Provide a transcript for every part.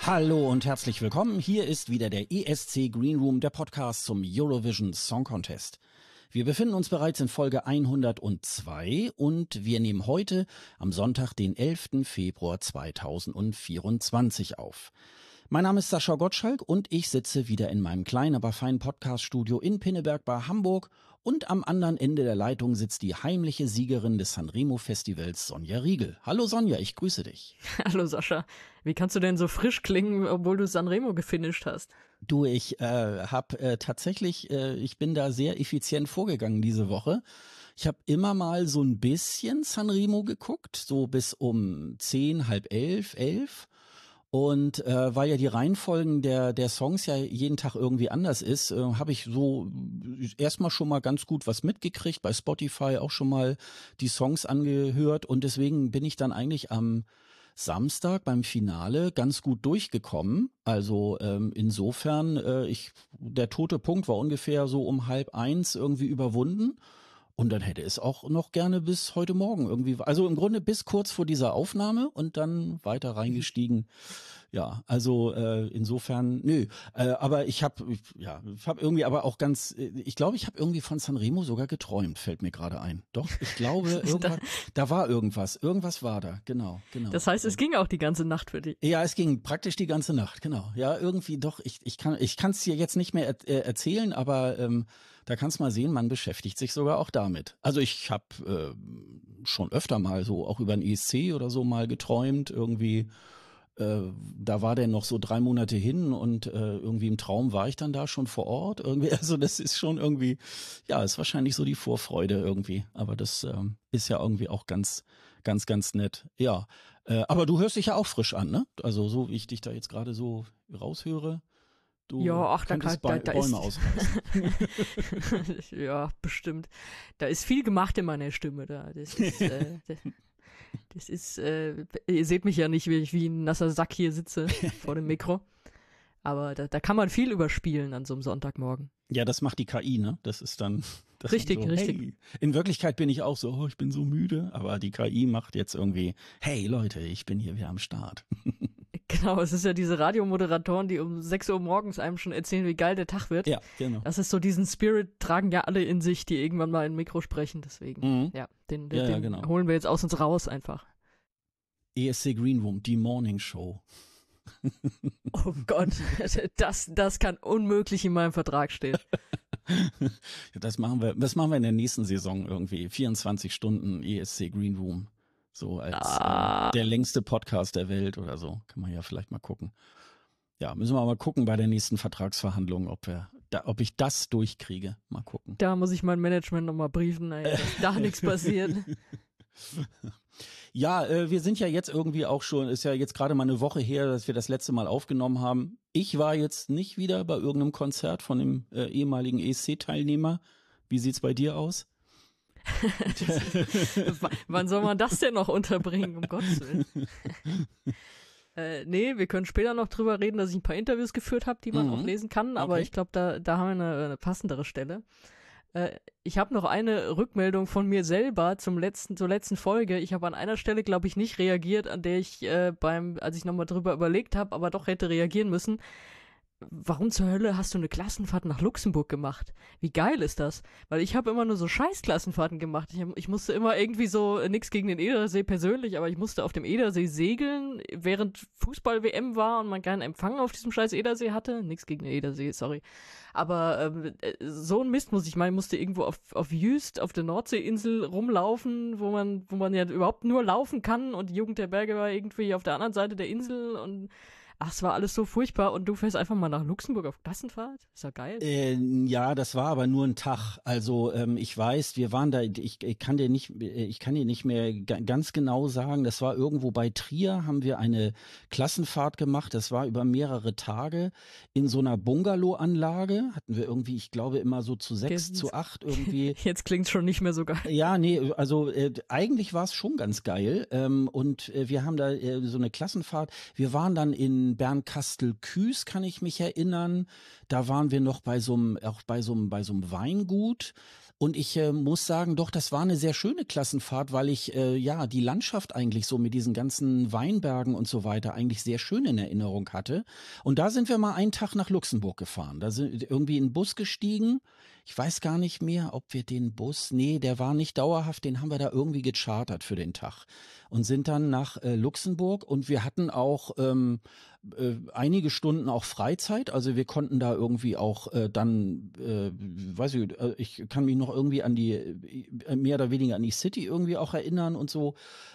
Hallo und herzlich willkommen. Hier ist wieder der ESC Green Room, der Podcast zum Eurovision Song Contest. Wir befinden uns bereits in Folge 102 und wir nehmen heute am Sonntag, den 11. Februar 2024 auf. Mein Name ist Sascha Gottschalk und ich sitze wieder in meinem kleinen, aber feinen Podcast-Studio in Pinneberg bei Hamburg und am anderen Ende der Leitung sitzt die heimliche Siegerin des Sanremo-Festivals, Sonja Riegel. Hallo Sonja, ich grüße dich. Hallo Sascha, wie kannst du denn so frisch klingen, obwohl du Sanremo gefinisht hast? Du, ich ich bin da sehr effizient vorgegangen diese Woche. Ich habe immer mal so ein bisschen Sanremo geguckt, so bis um 10, halb 11, 11. Und weil ja die Reihenfolgen der Songs ja jeden Tag irgendwie anders ist, habe ich so erstmal schon mal ganz gut was mitgekriegt, bei Spotify auch schon mal die Songs angehört und deswegen bin ich dann eigentlich am Samstag beim Finale ganz gut durchgekommen. Also insofern, der tote Punkt war ungefähr so um 12:30 irgendwie überwunden. Und dann hätte es auch noch gerne bis heute Morgen irgendwie, also im Grunde bis kurz vor dieser Aufnahme und dann weiter reingestiegen. Ja, also insofern, nö. Aber ich habe irgendwie aber auch ich glaube, ich habe irgendwie von Sanremo sogar geträumt, fällt mir gerade ein. Doch, ich glaube, da war irgendwas war da, genau. Das heißt, es ging auch die ganze Nacht für dich? Ja, es ging praktisch die ganze Nacht, genau. Ja, irgendwie doch, ich kann es dir jetzt nicht mehr erzählen, aber da kannst mal sehen, man beschäftigt sich sogar auch damit. Also ich habe schon öfter mal so auch über den ESC oder so mal geträumt, irgendwie. Da war der noch so 3 Monate hin und irgendwie im Traum war ich dann da schon vor Ort. Irgendwie, also das ist schon irgendwie, ja, ist wahrscheinlich so die Vorfreude irgendwie. Aber das ist ja irgendwie auch ganz nett. Ja, aber du hörst dich ja auch frisch an, ne? Also so wie ich dich da jetzt gerade so raushöre. Du ja, ach, könntest da Bäume ist ausreißen. ja, bestimmt. Da ist viel gemacht in meiner Stimme da. Das ist, ihr seht mich ja nicht, wie ich wie ein nasser Sack hier sitze vor dem Mikro. Aber da kann man viel überspielen an so einem Sonntagmorgen. Ja, das macht die KI, ne? Das ist dann richtig, so, richtig. Hey. In Wirklichkeit bin ich auch so, ich bin so müde, aber die KI macht jetzt irgendwie, hey Leute, ich bin hier wieder am Start. Genau, es ist ja diese Radiomoderatoren, die um 6 Uhr morgens einem schon erzählen, wie geil der Tag wird. Ja, genau. Das ist so, diesen Spirit tragen ja alle in sich, die irgendwann mal in ein Mikro sprechen, deswegen, den genau. holen wir jetzt aus uns raus einfach. ESC Green Room, die Morning Show. Oh Gott, das kann unmöglich in meinem Vertrag stehen. Das machen wir in der nächsten Saison irgendwie. 24 Stunden ESC Green Room. So als der längste Podcast der Welt oder so. Kann man ja vielleicht mal gucken. Ja, müssen wir mal gucken bei der nächsten Vertragsverhandlung, ob ich das durchkriege. Mal gucken. Da muss ich mein Management nochmal briefen, dass da nichts passiert. Ja, wir sind ja jetzt irgendwie auch schon, ist ja jetzt gerade mal eine Woche her, dass wir das letzte Mal aufgenommen haben. Ich war jetzt nicht wieder bei irgendeinem Konzert von dem ehemaligen ESC-Teilnehmer. Wie sieht's bei dir aus? Wann soll man das denn noch unterbringen, um Gottes Willen? Nee, wir können später noch drüber reden, dass ich ein paar Interviews geführt habe, die man auch lesen kann, aber okay. Ich glaube, da haben wir eine passendere Stelle. Ich habe noch eine Rückmeldung von mir selber zur letzten Folge. Ich habe an einer Stelle, glaube ich, nicht reagiert, an der ich als ich nochmal drüber überlegt habe, aber doch hätte reagieren müssen. Warum zur Hölle hast du eine Klassenfahrt nach Luxemburg gemacht? Wie geil ist das? Weil ich habe immer nur so Scheiß-Klassenfahrten gemacht. Ich musste immer irgendwie so, nix gegen den Edersee persönlich, aber ich musste auf dem Edersee segeln, während Fußball-WM war und man keinen Empfang auf diesem scheiß Edersee hatte. Nix gegen den Edersee, sorry. Aber so ein Mist ich musste irgendwo auf Jüst, auf der Nordseeinsel rumlaufen, wo man ja überhaupt nur laufen kann und die Jugend der Berge war irgendwie auf der anderen Seite der Insel und ach, es war alles so furchtbar und du fährst einfach mal nach Luxemburg auf Klassenfahrt? Ist ja geil. Ja, das war aber nur ein Tag. Also ich weiß, wir waren da, ich kann dir nicht mehr ganz genau sagen, das war irgendwo bei Trier, haben wir eine Klassenfahrt gemacht. Das war über mehrere Tage in so einer Bungalow-Anlage. Hatten wir irgendwie, ich glaube, immer so zu 6, zu 8 irgendwie. Jetzt klingt's schon nicht mehr so geil. Ja, nee, also eigentlich war es schon ganz geil. Und wir haben da so eine Klassenfahrt. Wir waren dann in Bernkastel-Kues, kann ich mich erinnern. Da waren wir noch bei so einem Weingut. Und ich muss sagen, doch, das war eine sehr schöne Klassenfahrt, weil ich die Landschaft eigentlich so mit diesen ganzen Weinbergen und so weiter eigentlich sehr schön in Erinnerung hatte. Und da sind wir mal einen Tag nach Luxemburg gefahren. Da sind irgendwie in einen Bus gestiegen. Ich weiß gar nicht mehr, ob wir den Bus, nee, der war nicht dauerhaft, den haben wir da irgendwie gechartert für den Tag und sind dann nach Luxemburg und wir hatten auch einige Stunden auch Freizeit, also wir konnten da irgendwie auch weiß ich, ich kann mich noch irgendwie an mehr oder weniger an die City irgendwie auch erinnern und so,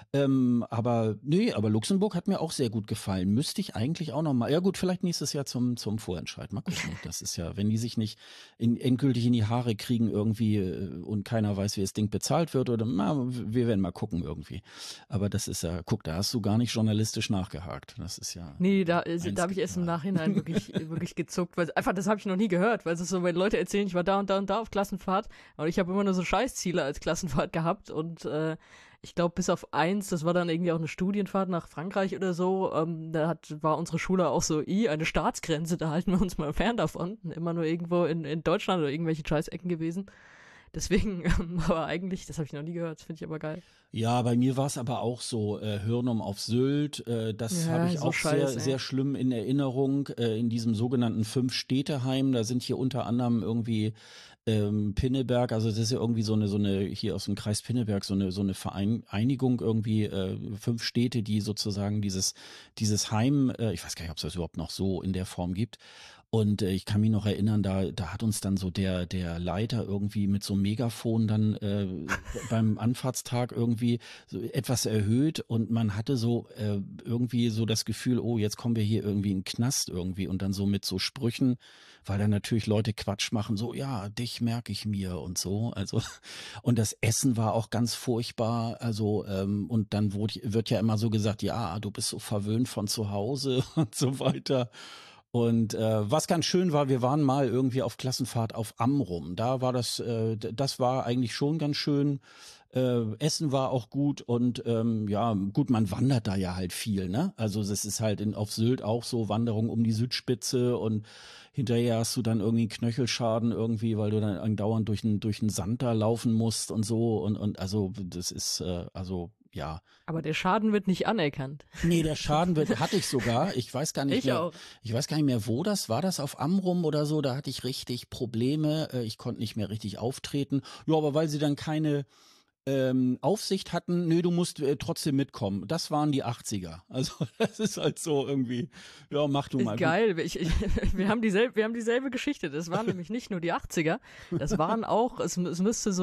aber Luxemburg hat mir auch sehr gut gefallen, müsste ich eigentlich auch noch mal, ja gut, vielleicht nächstes Jahr zum Vorentscheid, mal gucken, das ist ja, wenn die sich nicht endgültig in die Haare kriegen irgendwie und keiner weiß, wie das Ding bezahlt wird oder wir werden mal gucken irgendwie, aber das ist ja, guck, da hast du gar nicht journalistisch nachgehakt, das ist ja... Nee, da habe ich erst im Nachhinein wirklich gezuckt, weil einfach, das habe ich noch nie gehört, weil es ist so, wenn Leute erzählen, ich war da und da und da auf Klassenfahrt, aber ich habe immer nur so Scheißziele als Klassenfahrt gehabt und ich glaube, bis auf eins, das war dann irgendwie auch eine Studienfahrt nach Frankreich oder so, war unsere Schule auch so, eine Staatsgrenze, da halten wir uns mal fern davon, immer nur irgendwo in Deutschland oder irgendwelche Scheißecken gewesen. Deswegen, aber eigentlich, das habe ich noch nie gehört, das finde ich aber geil. Ja, bei mir war es aber auch so, Hürnum auf Sylt, das habe ich so auch scheiße, sehr schlimm in Erinnerung, in diesem sogenannten 5-Städte-Heim, da sind hier unter anderem irgendwie Pinneberg, also das ist ja irgendwie so eine hier aus dem Kreis Pinneberg, so eine Vereinigung irgendwie, 5 Städte, die sozusagen dieses Heim, ich weiß gar nicht, ob es das überhaupt noch so in der Form gibt. Und ich kann mich noch erinnern, da hat uns dann so der Leiter irgendwie mit so einem Megafon dann beim Anfahrtstag irgendwie so etwas erhöht und man hatte so irgendwie so das Gefühl, oh, jetzt kommen wir hier irgendwie in den Knast irgendwie und dann so mit so Sprüchen, weil dann natürlich Leute Quatsch machen, so, ja, dich merke ich mir und so. Also, und das Essen war auch ganz furchtbar. Also, und dann wird ja immer so gesagt, ja, du bist so verwöhnt von zu Hause und so weiter. Und was ganz schön war, wir waren mal irgendwie auf Klassenfahrt auf Amrum. Da war das war eigentlich schon ganz schön. Essen war auch gut und gut, man wandert da ja halt viel, ne? Also das ist halt auf Sylt auch so Wanderung um die Südspitze und hinterher hast du dann irgendwie einen Knöchelschaden irgendwie, weil du dann andauernd durch den Sand da laufen musst und so und also das ist ja. Aber der Schaden wird nicht anerkannt. Nee, der Schaden hatte ich sogar. Ich weiß gar nicht mehr. Ich weiß gar nicht mehr, wo das war. Das auf Amrum oder so? Da hatte ich richtig Probleme. Ich konnte nicht mehr richtig auftreten. Ja, aber weil sie dann keine Aufsicht hatten, nö, du musst trotzdem mitkommen. Das waren die 80er. Also das ist halt so irgendwie, ja, mach du mal. Geil, wir haben dieselbe Geschichte. Das waren nämlich nicht nur die 80er, das waren auch, es müsste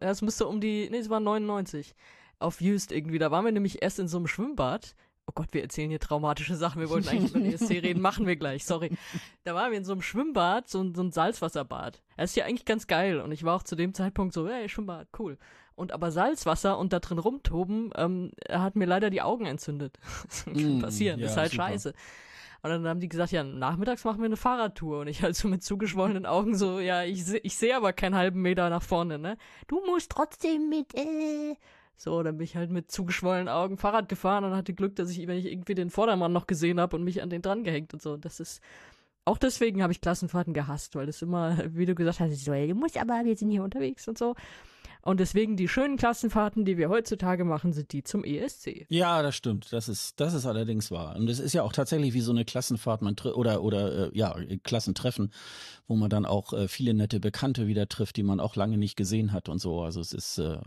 es war 99. Auf Jüst irgendwie, da waren wir nämlich erst in so einem Schwimmbad. Oh Gott, wir erzählen hier traumatische Sachen, wir wollten eigentlich über den ESC reden, machen wir gleich, sorry. Da waren wir in so einem Schwimmbad, so ein Salzwasserbad. Das ist ja eigentlich ganz geil und ich war auch zu dem Zeitpunkt so, hey, Schwimmbad, cool. Und aber Salzwasser und da drin rumtoben, hat mir leider die Augen entzündet. Das kann passieren, ja, ist halt super. Scheiße. Und dann haben die gesagt, ja, nachmittags machen wir eine Fahrradtour. Und ich halt so mit zugeschwollenen Augen so, ja, ich sehe aber keinen halben Meter nach vorne, ne? Du musst trotzdem mit, So, dann bin ich halt mit zugeschwollenen Augen Fahrrad gefahren und hatte Glück, dass wenn ich irgendwie den Vordermann noch gesehen habe und mich an den dran gehängt und so. Das ist, auch deswegen habe ich Klassenfahrten gehasst, weil das immer, wie du gesagt hast, so, ey, du musst aber, wir sind hier unterwegs und so. Und deswegen die schönen Klassenfahrten, die wir heutzutage machen, sind die zum ESC. Ja, das stimmt. Das ist allerdings wahr. Und das ist ja auch tatsächlich wie so eine Klassenfahrt, Klassentreffen, wo man dann auch viele nette Bekannte wieder trifft, die man auch lange nicht gesehen hat und so. Also es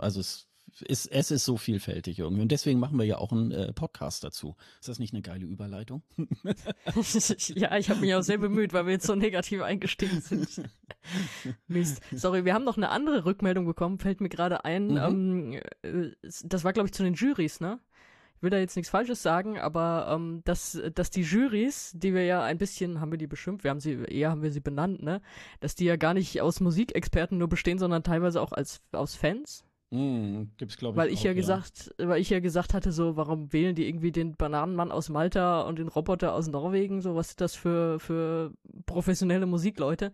ist so vielfältig irgendwie. Und deswegen machen wir ja auch einen Podcast dazu. Ist das nicht eine geile Überleitung? Ja, ich habe mich auch sehr bemüht, weil wir jetzt so negativ eingestiegen sind. Mist. Sorry, wir haben noch eine andere Rückmeldung bekommen, fällt mir gerade ein. Das war, glaube ich, zu den Jurys, ne? Ich will da jetzt nichts Falsches sagen, aber dass die Jurys, die wir ja ein bisschen, haben wir die beschimpft, haben wir sie benannt, ne? Dass die ja gar nicht aus Musikexperten nur bestehen, sondern teilweise auch aus Fans. Gibt's, glaube ich, weil ich ja gesagt hatte, so, warum wählen die irgendwie den Bananenmann aus Malta und den Roboter aus Norwegen, so, was ist das für professionelle Musikleute?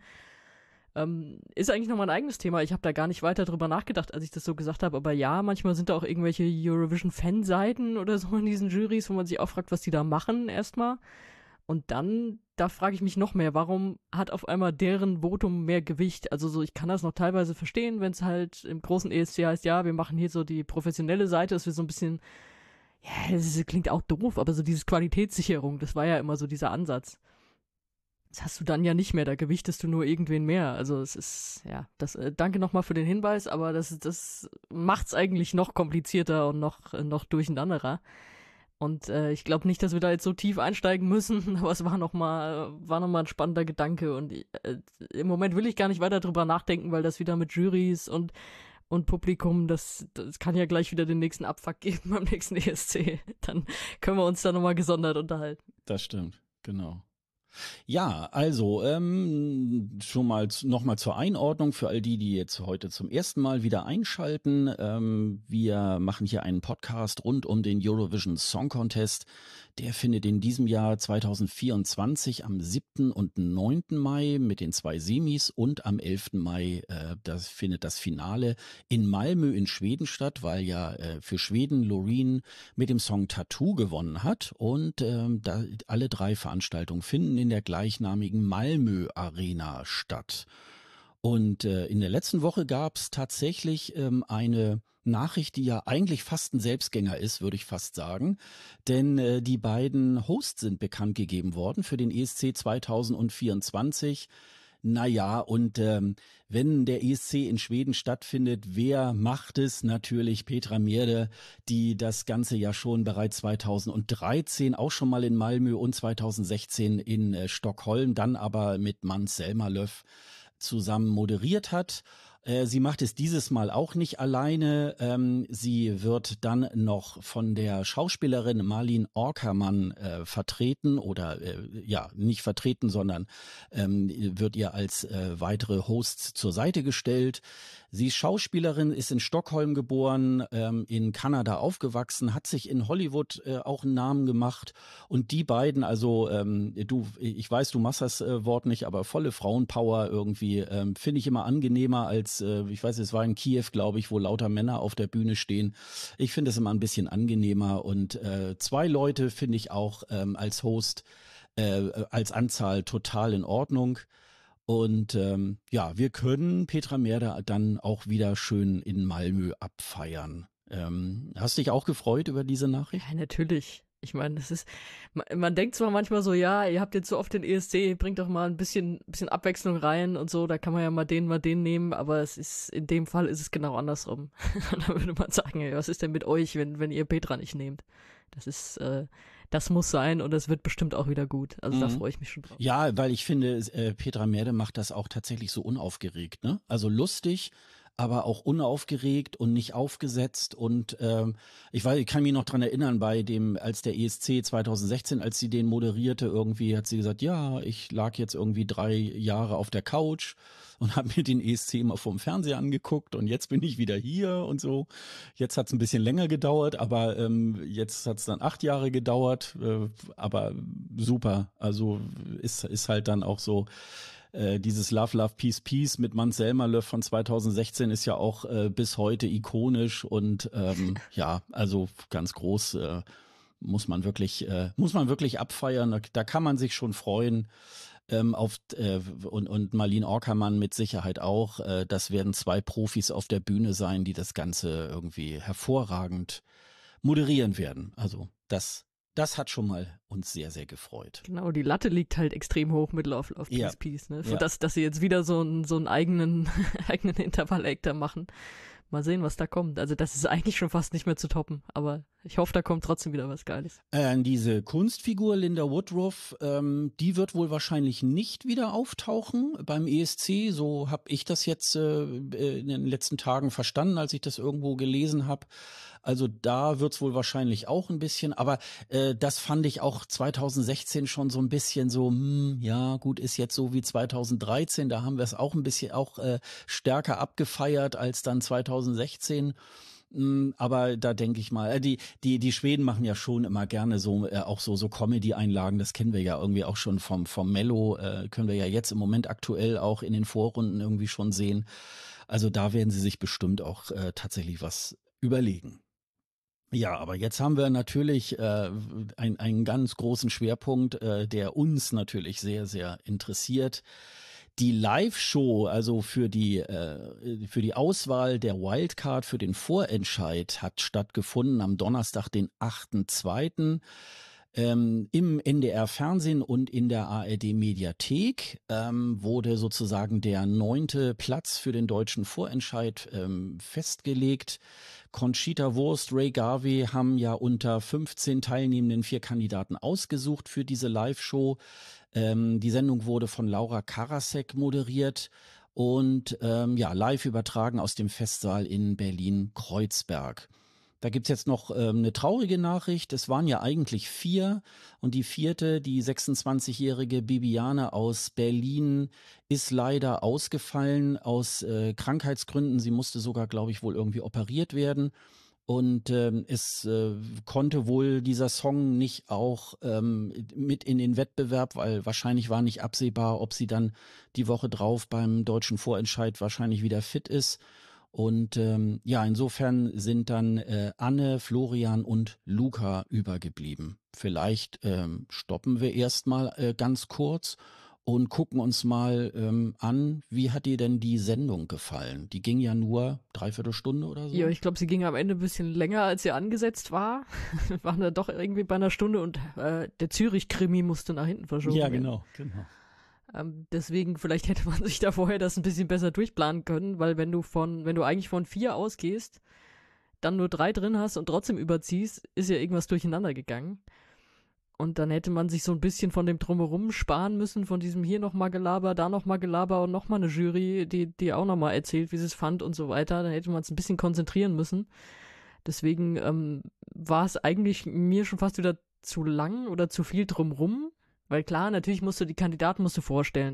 Ist eigentlich nochmal ein eigenes Thema. Ich habe da gar nicht weiter drüber nachgedacht, als ich das so gesagt habe, aber ja, manchmal sind da auch irgendwelche Eurovision-Fanseiten oder so in diesen Jurys, wo man sich auch fragt, was die da machen erstmal. Und dann, da frage ich mich noch mehr, warum hat auf einmal deren Votum mehr Gewicht? Also so, ich kann das noch teilweise verstehen, wenn es halt im großen ESC heißt, ja, wir machen hier so die professionelle Seite, dass wir so ein bisschen, ja, das klingt auch doof, aber so dieses Qualitätssicherung, das war ja immer so dieser Ansatz. Das hast du dann ja nicht mehr, da gewichtest du nur irgendwen mehr. Also es ist, ja, das, danke nochmal für den Hinweis, aber das macht's eigentlich noch komplizierter und noch durcheinanderer. Und ich glaube nicht, dass wir da jetzt so tief einsteigen müssen, aber es war noch mal ein spannender Gedanke. Und im Moment will ich gar nicht weiter drüber nachdenken, weil das wieder mit Jurys und Publikum, das kann ja gleich wieder den nächsten Abfuck geben beim nächsten ESC. Dann können wir uns da nochmal gesondert unterhalten. Das stimmt, genau. Ja, also schon mal nochmal zur Einordnung für all die, die jetzt heute zum ersten Mal wieder einschalten. Wir machen hier einen Podcast rund um den Eurovision Song Contest. Der findet in diesem Jahr 2024 am 7. und 9. Mai mit den 2 Semis und am 11. Mai das findet das Finale in Malmö in Schweden statt, weil ja für Schweden Loreen mit dem Song Tattoo gewonnen hat und da alle 3 Veranstaltungen finden in der gleichnamigen Malmö Arena statt. Und in der letzten Woche gab es tatsächlich eine Nachricht, die ja eigentlich fast ein Selbstgänger ist, würde ich fast sagen. Denn die beiden Hosts sind bekannt gegeben worden für den ESC 2024. Naja, und wenn der ESC in Schweden stattfindet, wer macht es? Natürlich Petra Mede, die das Ganze ja schon bereits 2013 auch schon mal in Malmö und 2016 in Stockholm, dann aber mit Måns Zelmerlöw zusammen moderiert hat. Sie macht es dieses Mal auch nicht alleine. Sie wird dann noch von der Schauspielerin Malin Åkerman vertreten oder ja, nicht vertreten, sondern wird ihr als weitere Host zur Seite gestellt. Sie ist Schauspielerin, ist in Stockholm geboren, in Kanada aufgewachsen, hat sich in Hollywood auch einen Namen gemacht. Und die beiden, also ich weiß, du machst das Wort nicht, aber volle Frauenpower irgendwie, finde ich immer angenehmer als, ich weiß, es war in Kiew, glaube ich, wo lauter Männer auf der Bühne stehen. Ich finde es immer ein bisschen angenehmer. Und 2 Leute finde ich auch als Host, als Anzahl total in Ordnung. Und ja, wir können Petra Mede dann auch wieder schön in Malmö abfeiern. Hast dich auch gefreut über diese Nachricht? Ja, natürlich. Ich meine, das ist, man denkt zwar manchmal so, ja, ihr habt jetzt so oft den ESC, bringt doch mal ein bisschen Abwechslung rein und so, da kann man ja mal den nehmen, aber es ist, in dem Fall ist es genau andersrum. Da würde man sagen, ey, was ist denn mit euch, wenn ihr Petra nicht nehmt? Das ist, das muss sein und es wird bestimmt auch wieder gut. Also da freue ich mich schon drauf. Ja, weil ich finde, Petra Mede macht das auch tatsächlich so unaufgeregt, ne? Also lustig, aber auch unaufgeregt und nicht aufgesetzt. Und ich kann mich noch dran erinnern, als der ESC 2016, als sie den moderierte, irgendwie hat sie gesagt, ja, ich lag jetzt irgendwie 3 Jahre auf der Couch und habe mir den ESC immer vom Fernseher angeguckt und jetzt bin ich wieder hier und so. Jetzt hat es ein bisschen länger gedauert, aber jetzt hat es dann 8 Jahre gedauert, aber super. Also ist halt dann auch so, dieses Love, Love, Peace, Peace mit Måns Zelmerlöw von 2016 ist ja auch bis heute ikonisch und ja, also ganz groß muss man wirklich abfeiern. Da kann man sich schon freuen. Und Malin Åkerman mit Sicherheit auch. Das werden 2 Profis auf der Bühne sein, die das Ganze irgendwie hervorragend moderieren werden. Also das hat schon mal uns sehr, sehr gefreut. Genau, die Latte liegt halt extrem hoch mit Love, Love, Peace, Peace, ne? Für ja. dass sie jetzt wieder so einen eigenen Intervall-Act da machen. Mal sehen, was da kommt. Also das ist eigentlich schon fast nicht mehr zu toppen, aber ich hoffe, da kommt trotzdem wieder was Geiles. Diese Kunstfigur Linda Woodruff, die wird wohl wahrscheinlich nicht wieder auftauchen beim ESC. So habe ich das jetzt in den letzten Tagen verstanden, als ich das irgendwo gelesen habe. Also da wird's wohl wahrscheinlich auch ein bisschen, aber das fand ich auch 2016 schon so ein bisschen so, ja gut, ist jetzt so wie 2013, da haben wir es auch ein bisschen stärker abgefeiert als dann 2016. Aber da denke ich mal, die Schweden machen ja schon immer gerne so auch so Comedy-Einlagen, das kennen wir ja irgendwie auch schon vom Mello, können wir ja jetzt im Moment aktuell auch in den Vorrunden irgendwie schon sehen. Also da werden sie sich bestimmt auch tatsächlich was überlegen. Ja, aber jetzt haben wir natürlich einen ganz großen Schwerpunkt, der uns natürlich sehr, sehr interessiert. Die Live-Show, also für die Auswahl der Wildcard für den Vorentscheid, hat stattgefunden am Donnerstag, den 8.2. Im NDR-Fernsehen und in der ARD-Mediathek wurde sozusagen der 9. Platz für den deutschen Vorentscheid festgelegt. Conchita Wurst, Ray Garvey haben ja unter 15 teilnehmenden 4 Kandidaten ausgesucht für diese Live-Show. Die Sendung wurde von Laura Karasek moderiert und ja, live übertragen aus dem Festsaal in Berlin-Kreuzberg. Da gibt's jetzt noch eine traurige Nachricht. Es waren ja eigentlich 4 und die 4., die 26-jährige Bibiane aus Berlin, ist leider ausgefallen aus Krankheitsgründen. Sie musste sogar, glaube ich, wohl irgendwie operiert werden. Und es konnte wohl dieser Song nicht auch mit in den Wettbewerb, weil wahrscheinlich war nicht absehbar, ob sie dann die Woche drauf beim deutschen Vorentscheid wahrscheinlich wieder fit ist. Und ja, insofern sind dann Anne, Florian und Luca übergeblieben. Vielleicht stoppen wir erstmal ganz kurz und gucken uns mal an, wie hat dir denn die Sendung gefallen? Die ging ja nur 3/4 Stunde oder so. Ja, ich glaube, sie ging am Ende ein bisschen länger, als sie angesetzt war. Wir waren da doch irgendwie bei 1 Stunde und der Zürich-Krimi musste nach hinten verschoben werden. Ja, genau. Deswegen, vielleicht hätte man sich da vorher das ein bisschen besser durchplanen können, weil wenn du eigentlich von 4 ausgehst, dann nur 3 drin hast und trotzdem überziehst, ist ja irgendwas durcheinander gegangen. Und dann hätte man sich so ein bisschen von dem Drumherum sparen müssen, von diesem hier nochmal Gelaber, da nochmal Gelaber und nochmal eine Jury, die auch nochmal erzählt, wie sie es fand und so weiter. Da hätte man es ein bisschen konzentrieren müssen. Deswegen war es eigentlich mir schon fast wieder zu lang oder zu viel drumrum. Weil klar, natürlich die Kandidaten vorstellen,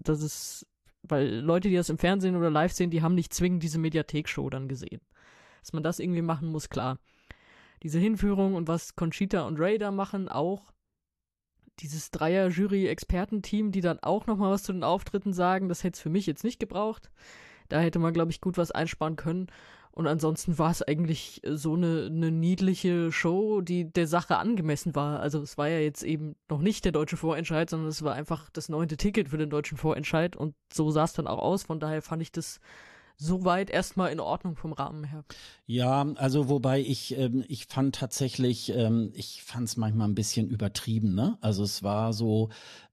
weil Leute, die das im Fernsehen oder live sehen, die haben nicht zwingend diese Mediathek-Show dann gesehen. Dass man das irgendwie machen muss, klar. Diese Hinführung und was Conchita und Ray da machen, auch dieses Dreier-Jury-Expertenteam, die dann auch nochmal was zu den Auftritten sagen, das hätte es für mich jetzt nicht gebraucht. Da hätte man, glaube ich, gut was einsparen können. Und ansonsten war es eigentlich so eine niedliche Show, die der Sache angemessen war. Also es war ja jetzt eben noch nicht der deutsche Vorentscheid, sondern es war einfach das 9. Ticket für den deutschen Vorentscheid. Und so sah es dann auch aus. Von daher fand ich das soweit erstmal in Ordnung vom Rahmen her. Ja, also wobei ich fand tatsächlich, ich fand es manchmal ein bisschen übertrieben, ne? Also es war so,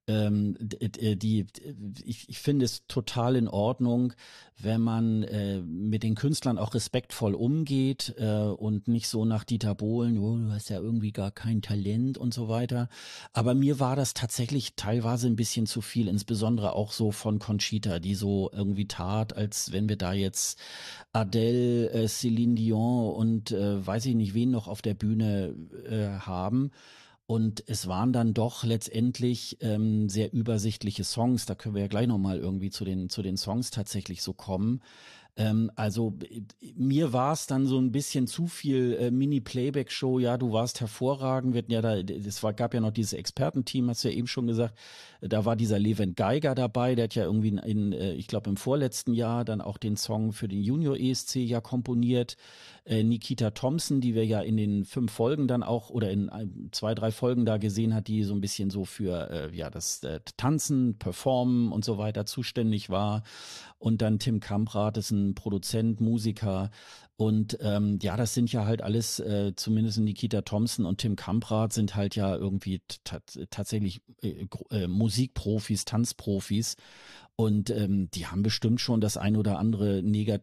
ich finde es total in Ordnung, wenn man mit den Künstlern auch respektvoll umgeht und nicht so nach Dieter Bohlen, oh, du hast ja irgendwie gar kein Talent und so weiter. Aber mir war das tatsächlich teilweise ein bisschen zu viel, insbesondere auch so von Conchita, die so irgendwie tat, als wenn wir da jetzt Adele, Celine Dion und weiß ich nicht wen noch auf der Bühne haben. Und es waren dann doch letztendlich sehr übersichtliche Songs. Da können wir ja gleich nochmal irgendwie zu den Songs tatsächlich so kommen. Also mir war es dann so ein bisschen zu viel Mini-Playback-Show. Ja, du warst hervorragend. Wir hatten ja gab ja noch dieses Expertenteam, hast du ja eben schon gesagt. Da war dieser Levent Geiger dabei, der hat ja irgendwie ich glaube im vorletzten Jahr dann auch den Song für den Junior ESC ja komponiert. Nikita Thompson, die wir ja in den 5 Folgen dann auch oder in 2, 3 Folgen da gesehen hat, die so ein bisschen so für ja das Tanzen, Performen und so weiter zuständig war. Und dann Tim Kamprad ist ein Produzent, Musiker. Und ja, das sind ja halt alles, zumindest Nikita Thompson und Tim Kamprad sind halt ja irgendwie tatsächlich Musikprofis, Tanzprofis. Und die haben bestimmt schon das ein oder andere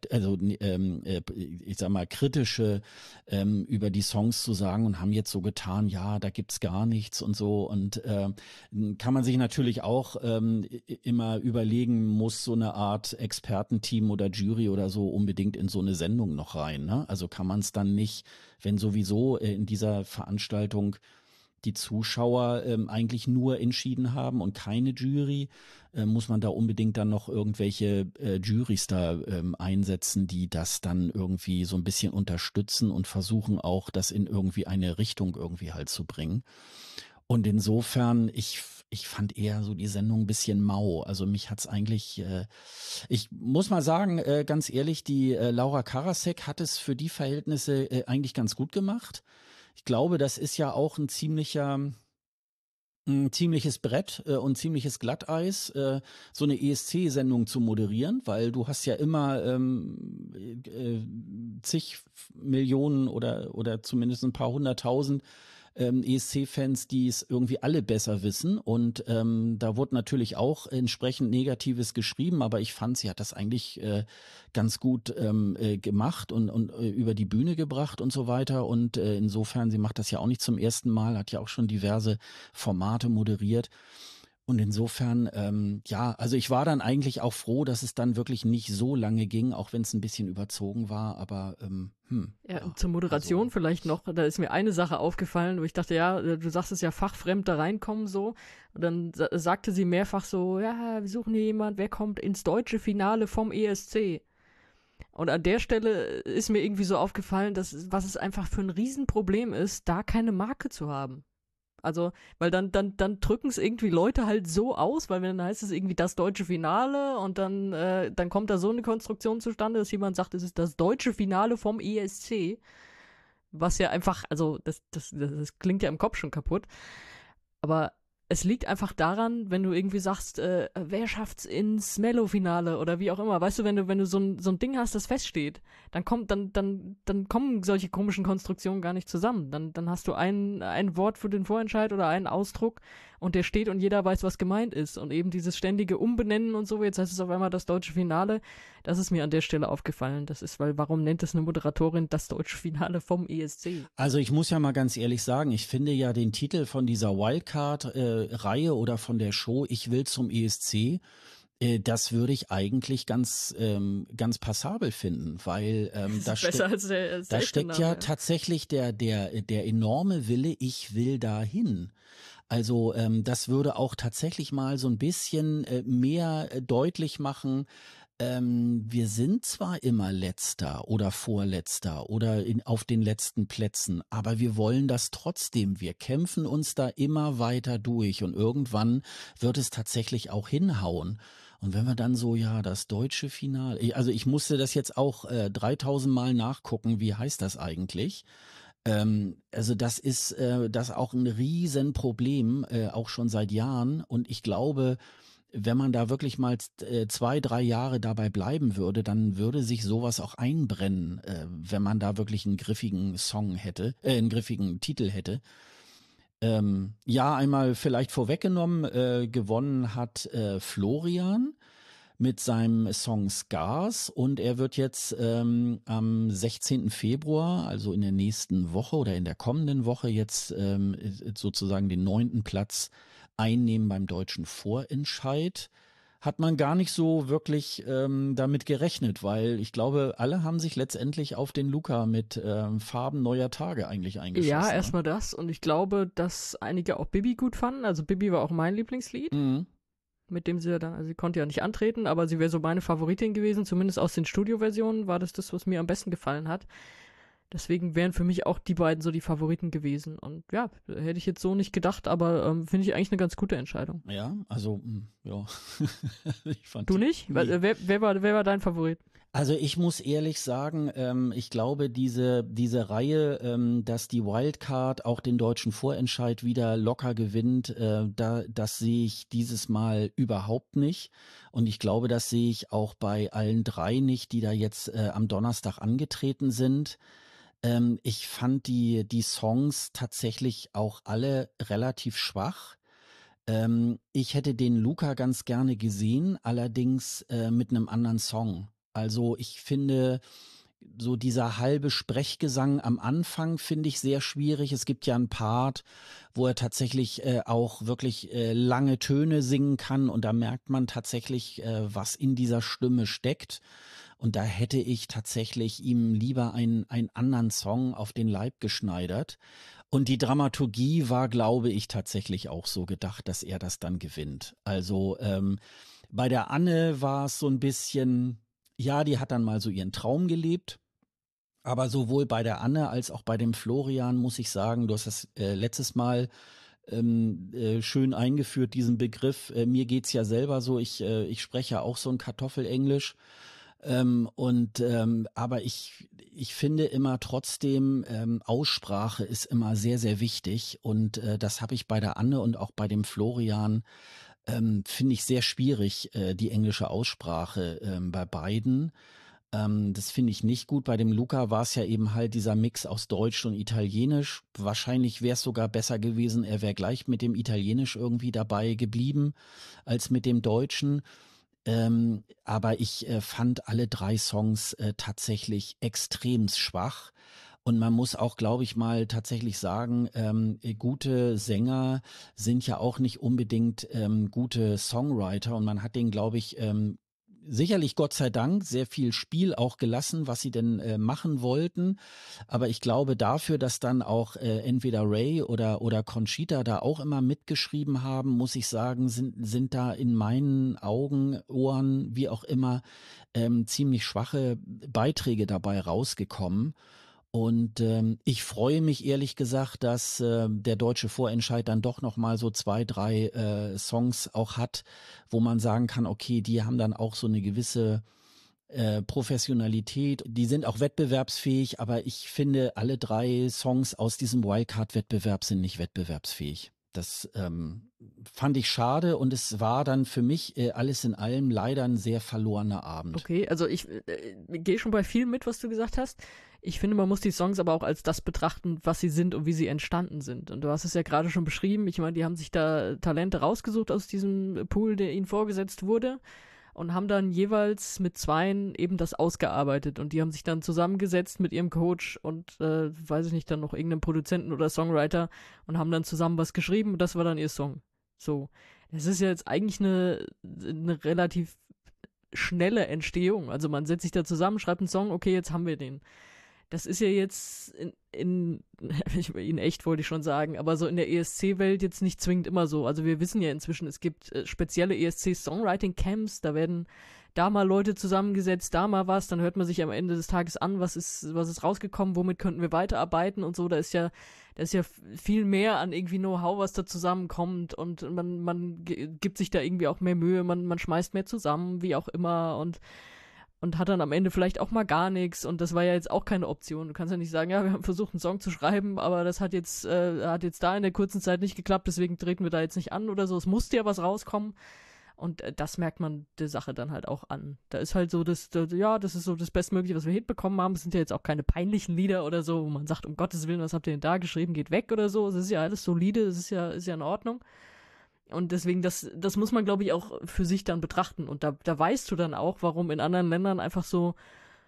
ich sag mal, kritische über die Songs zu sagen und haben jetzt so getan, ja, da gibt's gar nichts und so. Und kann man sich natürlich auch immer überlegen, muss so eine Art Expertenteam oder Jury oder so unbedingt in so eine Sendung noch rein, ne? Also kann man es dann nicht, wenn sowieso in dieser Veranstaltung die Zuschauer eigentlich nur entschieden haben und keine Jury, muss man da unbedingt dann noch irgendwelche Jurys da einsetzen, die das dann irgendwie so ein bisschen unterstützen und versuchen auch, das in irgendwie eine Richtung irgendwie halt zu bringen. Und insofern, ich ich fand eher so die Sendung ein bisschen mau. Also mich hat's eigentlich, ich muss mal sagen, ganz ehrlich, die Laura Karasek hat es für die Verhältnisse eigentlich ganz gut gemacht. Ich glaube, das ist ja auch ein ziemliches Brett und ziemliches Glatteis, so eine ESC-Sendung zu moderieren, weil du hast ja immer zig Millionen oder zumindest ein paar hunderttausend ESC-Fans, die es irgendwie alle besser wissen. Und da wurde natürlich auch entsprechend Negatives geschrieben, aber ich fand, sie hat das eigentlich ganz gut gemacht und über die Bühne gebracht und so weiter. Und insofern, sie macht das ja auch nicht zum ersten Mal, hat ja auch schon diverse Formate moderiert. Und insofern, ja, also ich war dann eigentlich auch froh, dass es dann wirklich nicht so lange ging, auch wenn es ein bisschen überzogen war, aber ja, zur Moderation also, vielleicht noch, da ist mir eine Sache aufgefallen, wo ich dachte, ja, du sagst es ja, fachfremd da reinkommen so. Und dann sagte sie mehrfach so, ja, wir suchen hier jemand, wer kommt ins deutsche Finale vom ESC. Und an der Stelle ist mir irgendwie so aufgefallen, dass was es einfach für ein Riesenproblem ist, da keine Marke zu haben. Also, weil dann drücken es irgendwie Leute halt so aus, weil dann heißt es irgendwie das deutsche Finale und dann kommt da so eine Konstruktion zustande, dass jemand sagt, es ist das deutsche Finale vom ESC. Was ja einfach, also das klingt ja im Kopf schon kaputt. Aber es liegt einfach daran, wenn du irgendwie sagst, wer schafft's ins Mello-Finale oder wie auch immer. Weißt du, wenn du so ein Ding hast, das feststeht, dann kommen solche komischen Konstruktionen gar nicht zusammen. Dann hast du ein Wort für den Vorentscheid oder einen Ausdruck und der steht und jeder weiß, was gemeint ist. Und eben dieses ständige Umbenennen und so, jetzt heißt es auf einmal das deutsche Finale, das ist mir an der Stelle aufgefallen. Das ist, weil warum nennt es eine Moderatorin das deutsche Finale vom ESC? also ich muss ja mal ganz ehrlich sagen, ich finde ja den Titel von dieser Wildcard-Reihe oder von der Show Ich will zum ESC, das würde ich eigentlich ganz passabel finden, weil Das ist besser als da echte steckt Name, ja ja. tatsächlich der enorme Wille, ich will dahin. Also das würde auch tatsächlich mal so ein bisschen mehr deutlich machen, wir sind zwar immer Letzter oder Vorletzter oder auf den letzten Plätzen, aber wir wollen das trotzdem. Wir kämpfen uns da immer weiter durch und irgendwann wird es tatsächlich auch hinhauen. Und wenn wir dann so, ja, das deutsche Finale, also ich musste das jetzt auch 3000 Mal nachgucken, wie heißt das eigentlich? Also das ist das auch ein Riesenproblem, auch schon seit Jahren. Und ich glaube, wenn man da wirklich mal 2, 3 Jahre dabei bleiben würde, dann würde sich sowas auch einbrennen, wenn man da wirklich einen griffigen Song hätte, einen griffigen Titel hätte. Ja, einmal vielleicht vorweggenommen, gewonnen hat Florian mit seinem Song Scars und er wird jetzt am 16. Februar, also in der nächsten Woche oder in der kommenden Woche jetzt sozusagen den 9. Platz einnehmen beim deutschen Vorentscheid. Hat man gar nicht so wirklich damit gerechnet, weil ich glaube, alle haben sich letztendlich auf den Luca mit Farben neuer Tage eigentlich Ja, eingeschossen. Ne? erstmal das. Und ich glaube, dass einige auch Bibi gut fanden. Also Bibi war auch mein Lieblingslied, Mhm. mit dem sie ja dann, also sie konnte ja nicht antreten, aber sie wäre so meine Favoritin gewesen. Zumindest aus den Studioversionen war das, was mir am besten gefallen hat. Deswegen wären für mich auch die beiden so die Favoriten gewesen. Und ja, hätte ich jetzt so nicht gedacht, aber finde ich eigentlich eine ganz gute Entscheidung. Ja, also, ja. Ich fand Du nicht? nee. Wer war dein Favorit? Also ich muss ehrlich sagen, ich glaube, diese Reihe, dass die Wildcard auch den deutschen Vorentscheid wieder locker gewinnt, das sehe ich dieses Mal überhaupt nicht. Und ich glaube, das sehe ich auch bei allen drei nicht, die da jetzt am Donnerstag angetreten sind. Ich fand die Songs tatsächlich auch alle relativ schwach. Ich hätte den Luca ganz gerne gesehen, allerdings mit einem anderen Song. Also ich finde, so dieser halbe Sprechgesang am Anfang finde ich sehr schwierig. Es gibt ja einen Part, wo er tatsächlich auch wirklich lange Töne singen kann und da merkt man tatsächlich, was in dieser Stimme steckt. Und da hätte ich tatsächlich ihm lieber einen anderen Song auf den Leib geschneidert. Und die Dramaturgie war, glaube ich, tatsächlich auch so gedacht, dass er das dann gewinnt. Also bei der Anne war es so ein bisschen, ja, die hat dann mal so ihren Traum gelebt. Aber sowohl bei der Anne als auch bei dem Florian muss ich sagen, du hast das letztes Mal schön eingeführt, diesen Begriff. Mir geht's ja selber so, ich spreche ja auch so ein Kartoffelenglisch. Aber ich finde immer trotzdem, Aussprache ist immer sehr, sehr wichtig. Und das habe ich bei der Anne und auch bei dem Florian, finde ich sehr schwierig, die englische Aussprache bei beiden. Das finde ich nicht gut. Bei dem Luca war es ja eben halt dieser Mix aus Deutsch und Italienisch. Wahrscheinlich wäre es sogar besser gewesen, er wäre gleich mit dem Italienisch irgendwie dabei geblieben als mit dem Deutschen. Aber ich fand alle 3 Songs tatsächlich extrem schwach. Und man muss auch, glaube ich, mal tatsächlich sagen, gute Sänger sind ja auch nicht unbedingt gute Songwriter. Und man hat denen, glaube ich, sicherlich Gott sei Dank sehr viel Spiel auch gelassen, was sie denn machen wollten. Aber ich glaube dafür, dass dann auch entweder Ray oder Conchita da auch immer mitgeschrieben haben, muss ich sagen, sind da in meinen Augen, Ohren, wie auch immer, ziemlich schwache Beiträge dabei rausgekommen. Und ich freue mich ehrlich gesagt, dass der deutsche Vorentscheid dann doch noch mal so 2, 3 Songs auch hat, wo man sagen kann, okay, die haben dann auch so eine gewisse Professionalität. Die sind auch wettbewerbsfähig, aber ich finde, alle 3 Songs aus diesem Wildcard-Wettbewerb sind nicht wettbewerbsfähig. Das fand ich schade und es war dann für mich alles in allem leider ein sehr verlorener Abend. Okay, also ich gehe schon bei viel mit, was du gesagt hast. Ich finde, man muss die Songs aber auch als das betrachten, was sie sind und wie sie entstanden sind. Und du hast es ja gerade schon beschrieben. Ich meine, die haben sich da Talente rausgesucht aus diesem Pool, der ihnen vorgesetzt wurde, und haben dann jeweils mit 2 eben das ausgearbeitet. Und die haben sich dann zusammengesetzt mit ihrem Coach und, weiß ich nicht, dann noch irgendeinem Produzenten oder Songwriter und haben dann zusammen was geschrieben und das war dann ihr Song. So. Das ist ja jetzt eigentlich eine relativ schnelle Entstehung. Also man setzt sich da zusammen, schreibt einen Song, okay, jetzt haben wir den. Das ist ja jetzt in echt wollte ich schon sagen, aber so in der ESC-Welt jetzt nicht zwingend immer so. Also wir wissen ja inzwischen, es gibt spezielle ESC-Songwriting-Camps, da werden da mal Leute zusammengesetzt, da mal was, dann hört man sich am Ende des Tages an, was ist rausgekommen, womit könnten wir weiterarbeiten und so. Da ist ja viel mehr an irgendwie Know-how, was da zusammenkommt und man gibt sich da irgendwie auch mehr Mühe, man schmeißt mehr zusammen, wie auch immer und hat dann am Ende vielleicht auch mal gar nichts und das war ja jetzt auch keine Option. Du kannst ja nicht sagen, ja, wir haben versucht, einen Song zu schreiben, aber das hat jetzt da in der kurzen Zeit nicht geklappt, deswegen treten wir da jetzt nicht an oder so. Es musste ja was rauskommen und das merkt man der Sache dann halt auch an. Da ist halt so, das ist so das Bestmögliche, was wir hinbekommen haben. Es sind ja jetzt auch keine peinlichen Lieder oder so, wo man sagt, um Gottes Willen, was habt ihr denn da geschrieben, geht weg oder so. Es ist ja alles solide, es ist ja in Ordnung. Und deswegen, das muss man, glaube ich, auch für sich dann betrachten. Und da weißt du dann auch, warum in anderen Ländern einfach so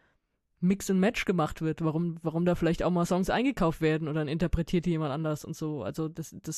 Mix and Match gemacht wird, warum da vielleicht auch mal Songs eingekauft werden oder dann interpretiert die jemand anders und so. Also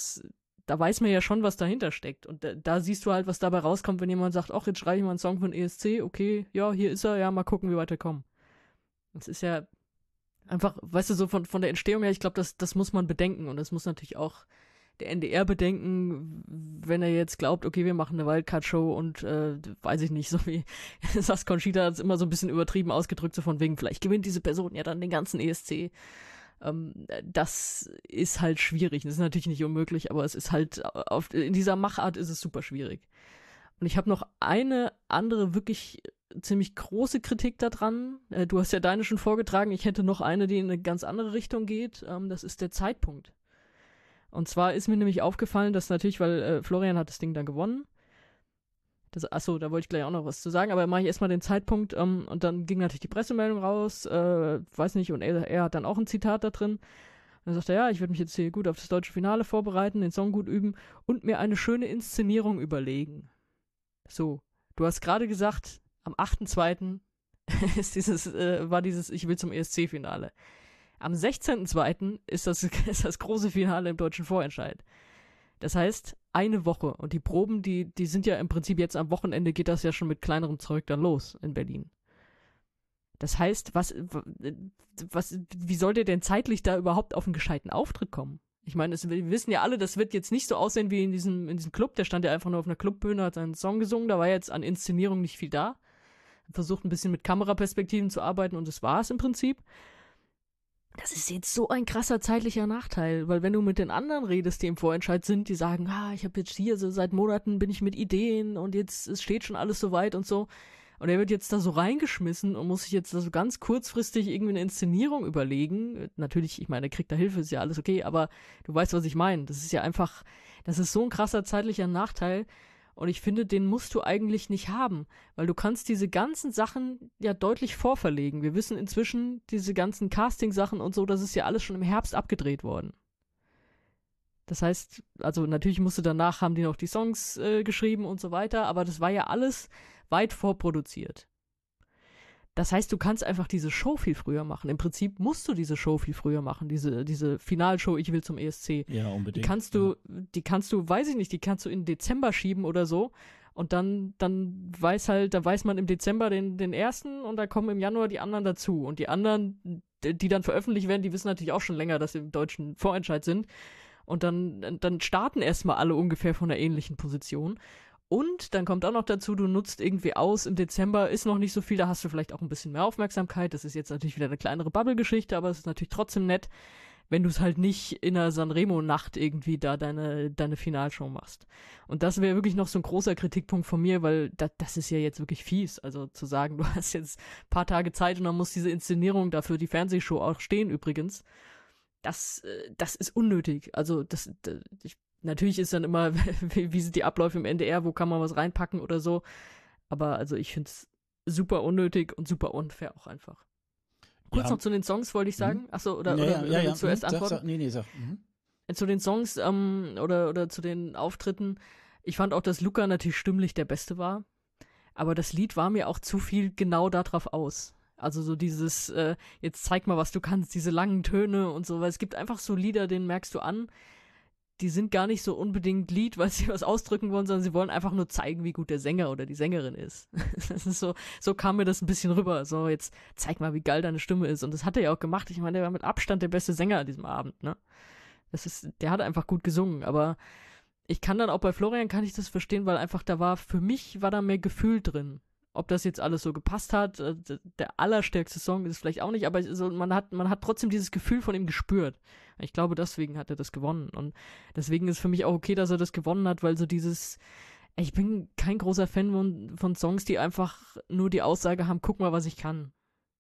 da weiß man ja schon, was dahinter steckt. Und da siehst du halt, was dabei rauskommt, wenn jemand sagt, ach, jetzt schreibe ich mal einen Song von ESC, okay, ja, hier ist er, ja, mal gucken, wie weit wir kommen. Das ist ja einfach, weißt du, so von der Entstehung her, ich glaube, das muss man bedenken und das muss natürlich auch der NDR bedenken, wenn er jetzt glaubt, okay, wir machen eine Wildcard-Show und weiß ich nicht, so wie Sas Conchita hat es immer so ein bisschen übertrieben ausgedrückt, so von wegen, vielleicht gewinnt diese Person ja dann den ganzen ESC. Das ist halt schwierig. Das ist natürlich nicht unmöglich, aber es ist halt, in dieser Machart ist es super schwierig. Und ich habe noch eine andere wirklich ziemlich große Kritik daran. Du hast ja deine schon vorgetragen. Ich hätte noch eine, die in eine ganz andere Richtung geht. Das ist der Zeitpunkt. Und zwar ist mir nämlich aufgefallen, dass natürlich, weil Florian hat das Ding dann gewonnen. Achso, da wollte ich gleich auch noch was zu sagen, aber mache ich erstmal den Zeitpunkt und dann ging natürlich die Pressemeldung raus, weiß nicht, und er hat dann auch ein Zitat da drin. Dann sagt er, ja, ich werde mich jetzt hier gut auf das deutsche Finale vorbereiten, den Song gut üben und mir eine schöne Inszenierung überlegen. So, du hast gerade gesagt, am 8.2. war dieses Ich will zum ESC-Finale. Am 16.2. ist das große Finale im deutschen Vorentscheid. Das heißt, eine Woche. Und die Proben, die sind ja im Prinzip jetzt am Wochenende, geht das ja schon mit kleinerem Zeug dann los in Berlin. Das heißt, wie soll der denn zeitlich da überhaupt auf einen gescheiten Auftritt kommen? Ich meine, wir wissen ja alle, das wird jetzt nicht so aussehen wie in diesem Club. Der stand ja einfach nur auf einer Clubbühne, hat seinen Song gesungen. Da war jetzt an Inszenierung nicht viel da. Versucht ein bisschen mit Kameraperspektiven zu arbeiten und das war es im Prinzip. Das ist jetzt so ein krasser zeitlicher Nachteil, weil wenn du mit den anderen redest, die im Vorentscheid sind, die sagen, ich habe jetzt hier so seit Monaten bin ich mit Ideen und jetzt es steht schon alles so weit und so. Und er wird jetzt da so reingeschmissen und muss sich jetzt da so ganz kurzfristig irgendwie eine Inszenierung überlegen. Natürlich, ich meine, er kriegt da Hilfe, ist ja alles okay, aber du weißt, was ich meine. Das ist ja einfach, das ist so ein krasser zeitlicher Nachteil. Und ich finde, den musst du eigentlich nicht haben, weil du kannst diese ganzen Sachen ja deutlich vorverlegen. Wir wissen inzwischen, diese ganzen Casting-Sachen und so, das ist ja alles schon im Herbst abgedreht worden. Das heißt, also natürlich haben die noch die Songs geschrieben und so weiter, aber das war ja alles weit vorproduziert. Das heißt, du kannst einfach diese Show viel früher machen. Im Prinzip musst du diese Show viel früher machen, diese Finalshow Ich will zum ESC. Ja, unbedingt. Die kannst du, weiß ich nicht, die kannst du in Dezember schieben oder so. Und dann weiß man im Dezember den ersten und da kommen im Januar die anderen dazu. Und die anderen, die dann veröffentlicht werden, die wissen natürlich auch schon länger, dass sie im deutschen Vorentscheid sind. Und dann starten erstmal alle ungefähr von einer ähnlichen Position. Und dann kommt auch noch dazu, du nutzt irgendwie aus, im Dezember ist noch nicht so viel, da hast du vielleicht auch ein bisschen mehr Aufmerksamkeit. Das ist jetzt natürlich wieder eine kleinere Bubble-Geschichte, aber es ist natürlich trotzdem nett, wenn du es halt nicht in einer Sanremo-Nacht irgendwie da deine Finalshow machst. Und das wäre wirklich noch so ein großer Kritikpunkt von mir, weil das ist ja jetzt wirklich fies. Also zu sagen, du hast jetzt ein paar Tage Zeit und dann muss diese Inszenierung dafür die Fernsehshow auch stehen übrigens. Das ist unnötig. Also natürlich ist dann immer, wie sind die Abläufe im NDR, wo kann man was reinpacken oder so. Aber also ich finde es super unnötig und super unfair auch einfach. Kurz noch zu den Songs wollte ich sagen. Achso, oder zuerst antworten? Nee, sag. Zu den Songs oder zu den Auftritten. Ich fand auch, dass Luca natürlich stimmlich der Beste war. Aber das Lied war mir auch zu viel genau darauf aus. Also so dieses, jetzt zeig mal, was du kannst, diese langen Töne und so. Weil es gibt einfach so Lieder, denen merkst du an, die sind gar nicht so unbedingt Lied, weil sie was ausdrücken wollen, sondern sie wollen einfach nur zeigen, wie gut der Sänger oder die Sängerin ist. Das ist so kam mir das ein bisschen rüber. So, jetzt zeig mal, wie geil deine Stimme ist. Und das hat er ja auch gemacht. Ich meine, der war mit Abstand der beste Sänger an diesem Abend, ne? Der hat einfach gut gesungen, aber ich kann dann auch bei Florian kann ich das verstehen, weil einfach für mich war da mehr Gefühl drin. Ob das jetzt alles so gepasst hat, der allerstärkste Song ist es vielleicht auch nicht, aber man hat trotzdem dieses Gefühl von ihm gespürt. Ich glaube, deswegen hat er das gewonnen. Und deswegen ist für mich auch okay, dass er das gewonnen hat, weil so ich bin kein großer Fan von Songs, die einfach nur die Aussage haben, guck mal, was ich kann.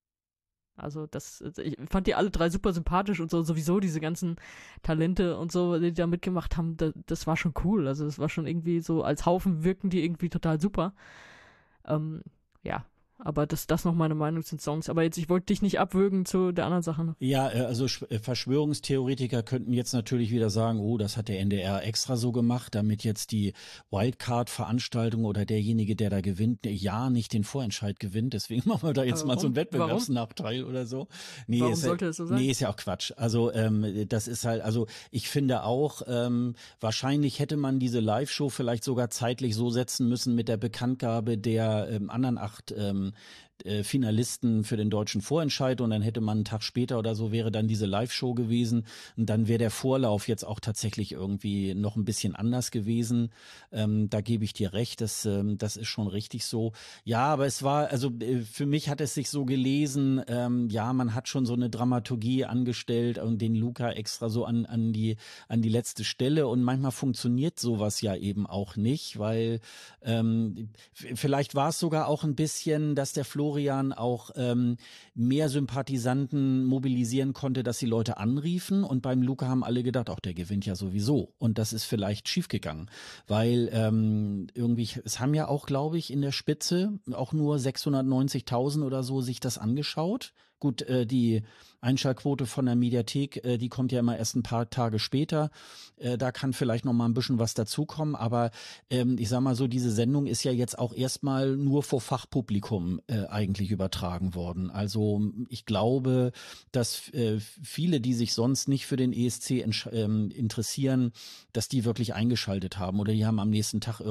Also ich fand die alle drei super sympathisch und so, sowieso diese ganzen Talente und so, die da mitgemacht haben, das war schon cool. Also das war schon irgendwie so, als Haufen wirken die irgendwie total super. Ja, aber das noch meine Meinung zu den Songs. Aber jetzt, ich wollte dich nicht abwürgen zu der anderen Sache noch. Ja, also Verschwörungstheoretiker könnten jetzt natürlich wieder sagen, oh, das hat der NDR extra so gemacht, damit jetzt die Wildcard-Veranstaltung oder derjenige, der da gewinnt, ja nicht den Vorentscheid gewinnt. Deswegen machen wir da jetzt mal so einen Wettbewerbsnachteil oder so. Nee, warum sollte es so sein? Nee, ist ja auch Quatsch. Also das ist halt, also ich finde auch, wahrscheinlich hätte man diese Live-Show vielleicht sogar zeitlich so setzen müssen mit der Bekanntgabe der anderen 8 Finalisten für den deutschen Vorentscheid und dann hätte man einen Tag später oder so wäre dann diese Live-Show gewesen und dann wäre der Vorlauf jetzt auch tatsächlich irgendwie noch ein bisschen anders gewesen. Da gebe ich dir recht, das ist schon richtig so. Ja, aber es war, also für mich hat es sich so gelesen, ja, man hat schon so eine Dramaturgie angestellt und den Luca extra so an die letzte Stelle und manchmal funktioniert sowas ja eben auch nicht, weil vielleicht war es sogar auch ein bisschen, dass der Florian auch mehr Sympathisanten mobilisieren konnte, dass die Leute anriefen und beim Luca haben alle gedacht, ach, der gewinnt ja sowieso und das ist vielleicht schiefgegangen, weil irgendwie, es haben ja auch, glaube ich, in der Spitze auch nur 690.000 oder so sich das angeschaut. Gut, die Einschaltquote von der Mediathek, die kommt ja immer erst ein paar Tage später. Da kann vielleicht noch mal ein bisschen was dazukommen. Aber ich sag mal so, diese Sendung ist ja jetzt auch erstmal nur vor Fachpublikum eigentlich übertragen worden. Also ich glaube, dass viele, die sich sonst nicht für den ESC interessieren, dass die wirklich eingeschaltet haben. Oder die haben am nächsten Tag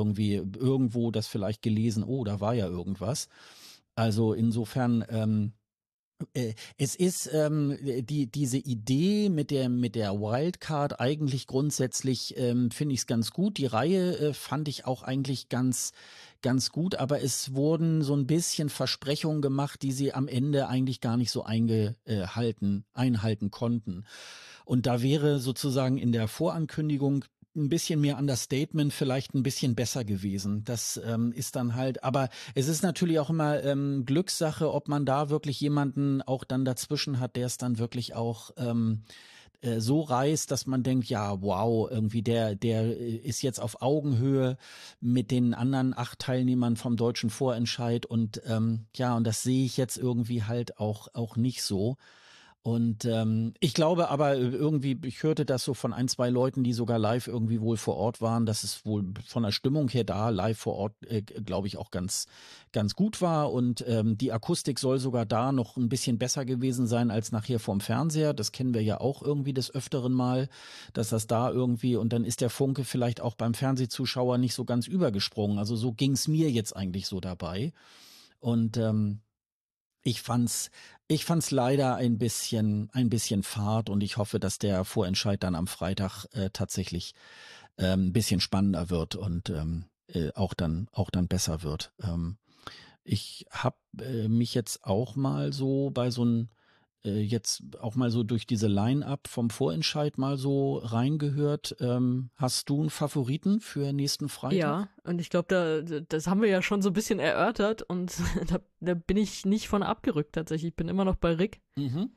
irgendwo das vielleicht gelesen, oh, da war ja irgendwas. Also insofern Es ist diese Idee mit der Wildcard eigentlich grundsätzlich finde ich es ganz gut. Die Reihe fand ich auch eigentlich ganz gut, aber es wurden so ein bisschen Versprechungen gemacht, die sie am Ende eigentlich gar nicht so einhalten konnten. Und da wäre sozusagen in der Vorankündigung ein bisschen mehr Understatement vielleicht ein bisschen besser gewesen. Das ist dann halt, aber es ist natürlich auch immer Glückssache, ob man da wirklich jemanden auch dann dazwischen hat, der es dann wirklich auch so reißt, dass man denkt, ja, wow, irgendwie der ist jetzt auf Augenhöhe mit den anderen 8 Teilnehmern vom deutschen Vorentscheid und ja, und das sehe ich jetzt irgendwie halt auch nicht so. Und ich glaube aber irgendwie, ich hörte das so von 1, 2 Leuten, die sogar live irgendwie wohl vor Ort waren, dass es wohl von der Stimmung her da live vor Ort, glaube ich, auch ganz gut war. Und die Akustik soll sogar da noch ein bisschen besser gewesen sein als nachher vorm Fernseher. Das kennen wir ja auch irgendwie des Öfteren mal, dass das da irgendwie, und dann ist der Funke vielleicht auch beim Fernsehzuschauer nicht so ganz übergesprungen. Also so ging's mir jetzt eigentlich so dabei. Und ich fand's leider ein bisschen fad und ich hoffe, dass der Vorentscheid dann am Freitag tatsächlich ein bisschen spannender wird und auch dann besser wird. Ich habe mich jetzt auch mal so bei so ein jetzt auch mal so durch diese Line-up vom Vorentscheid mal so reingehört. Hast du einen Favoriten für nächsten Freitag? Ja, und ich glaube, das haben wir ja schon so ein bisschen erörtert und da bin ich nicht von abgerückt tatsächlich. Ich bin immer noch bei Rick. Mhm.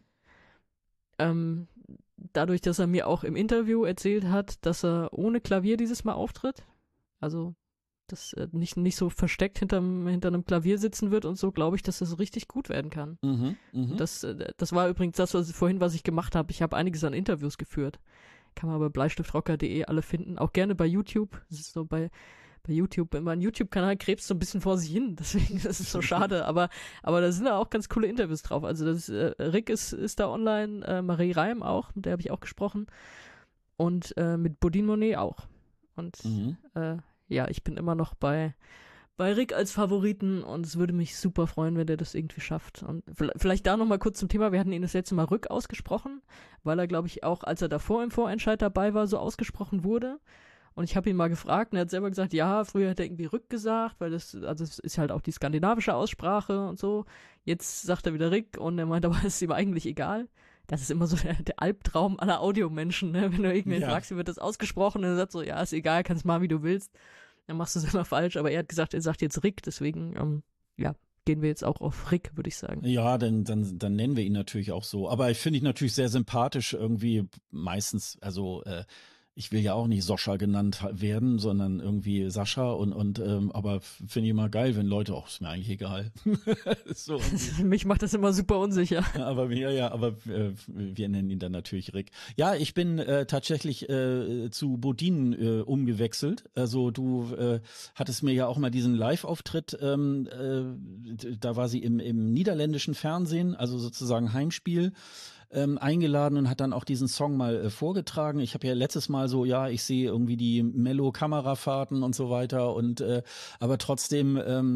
Dadurch, dass er mir auch im Interview erzählt hat, dass er ohne Klavier dieses Mal auftritt, also dass er nicht so versteckt hinter einem Klavier sitzen wird und so, glaube ich, dass das richtig gut werden kann. Das war übrigens das, was ich gemacht habe. Ich habe einiges an Interviews geführt. Kann man bei bleistiftrocker.de alle finden. Auch gerne bei YouTube. Das ist so bei YouTube, mein YouTube-Kanal krebst so ein bisschen vor sich hin. Deswegen ist es so schade. Aber da sind ja auch ganz coole Interviews drauf. Also Rick ist da online, Marie Reim auch, mit der habe ich auch gesprochen. Und mit Bodine Monet auch. Und ja, ich bin immer noch bei Rick als Favoriten und es würde mich super freuen, wenn der das irgendwie schafft. Und vielleicht da nochmal kurz zum Thema, wir hatten ihn das letzte Mal Rick ausgesprochen, weil er, glaube ich, auch, als er davor im Vorentscheid dabei war, so ausgesprochen wurde. Und ich habe ihn mal gefragt und er hat selber gesagt, ja, früher hat er irgendwie Rick gesagt, weil das ist halt auch die skandinavische Aussprache und so. Jetzt sagt er wieder Rick und er meint, aber es ist ihm eigentlich egal. Das ist immer so der Albtraum aller Audiomenschen, ne? Wenn du irgendwen fragst, wie wird das ausgesprochen, und er sagt so, ja, ist egal, kannst mal, wie du willst. Dann machst du es immer falsch, aber er hat gesagt, er sagt jetzt Rick, deswegen, ja, gehen wir jetzt auch auf Rick, würde ich sagen. Ja, dann nennen wir ihn natürlich auch so. Aber ich finde ihn natürlich sehr sympathisch irgendwie meistens, also ich will ja auch nicht Soscha genannt werden, sondern irgendwie Sascha aber finde ich immer geil, wenn Leute, ist mir eigentlich egal. So mich macht das immer super unsicher. Aber wir nennen ihn dann natürlich Rick. Ja, ich bin tatsächlich zu Bodine umgewechselt. Also du hattest mir ja auch mal diesen Live-Auftritt, da war sie im niederländischen Fernsehen, also sozusagen Heimspiel. Eingeladen und hat dann auch diesen Song mal vorgetragen. Ich habe ja letztes Mal so, ja, ich sehe irgendwie die Mellow-Kamerafahrten und so weiter und aber trotzdem,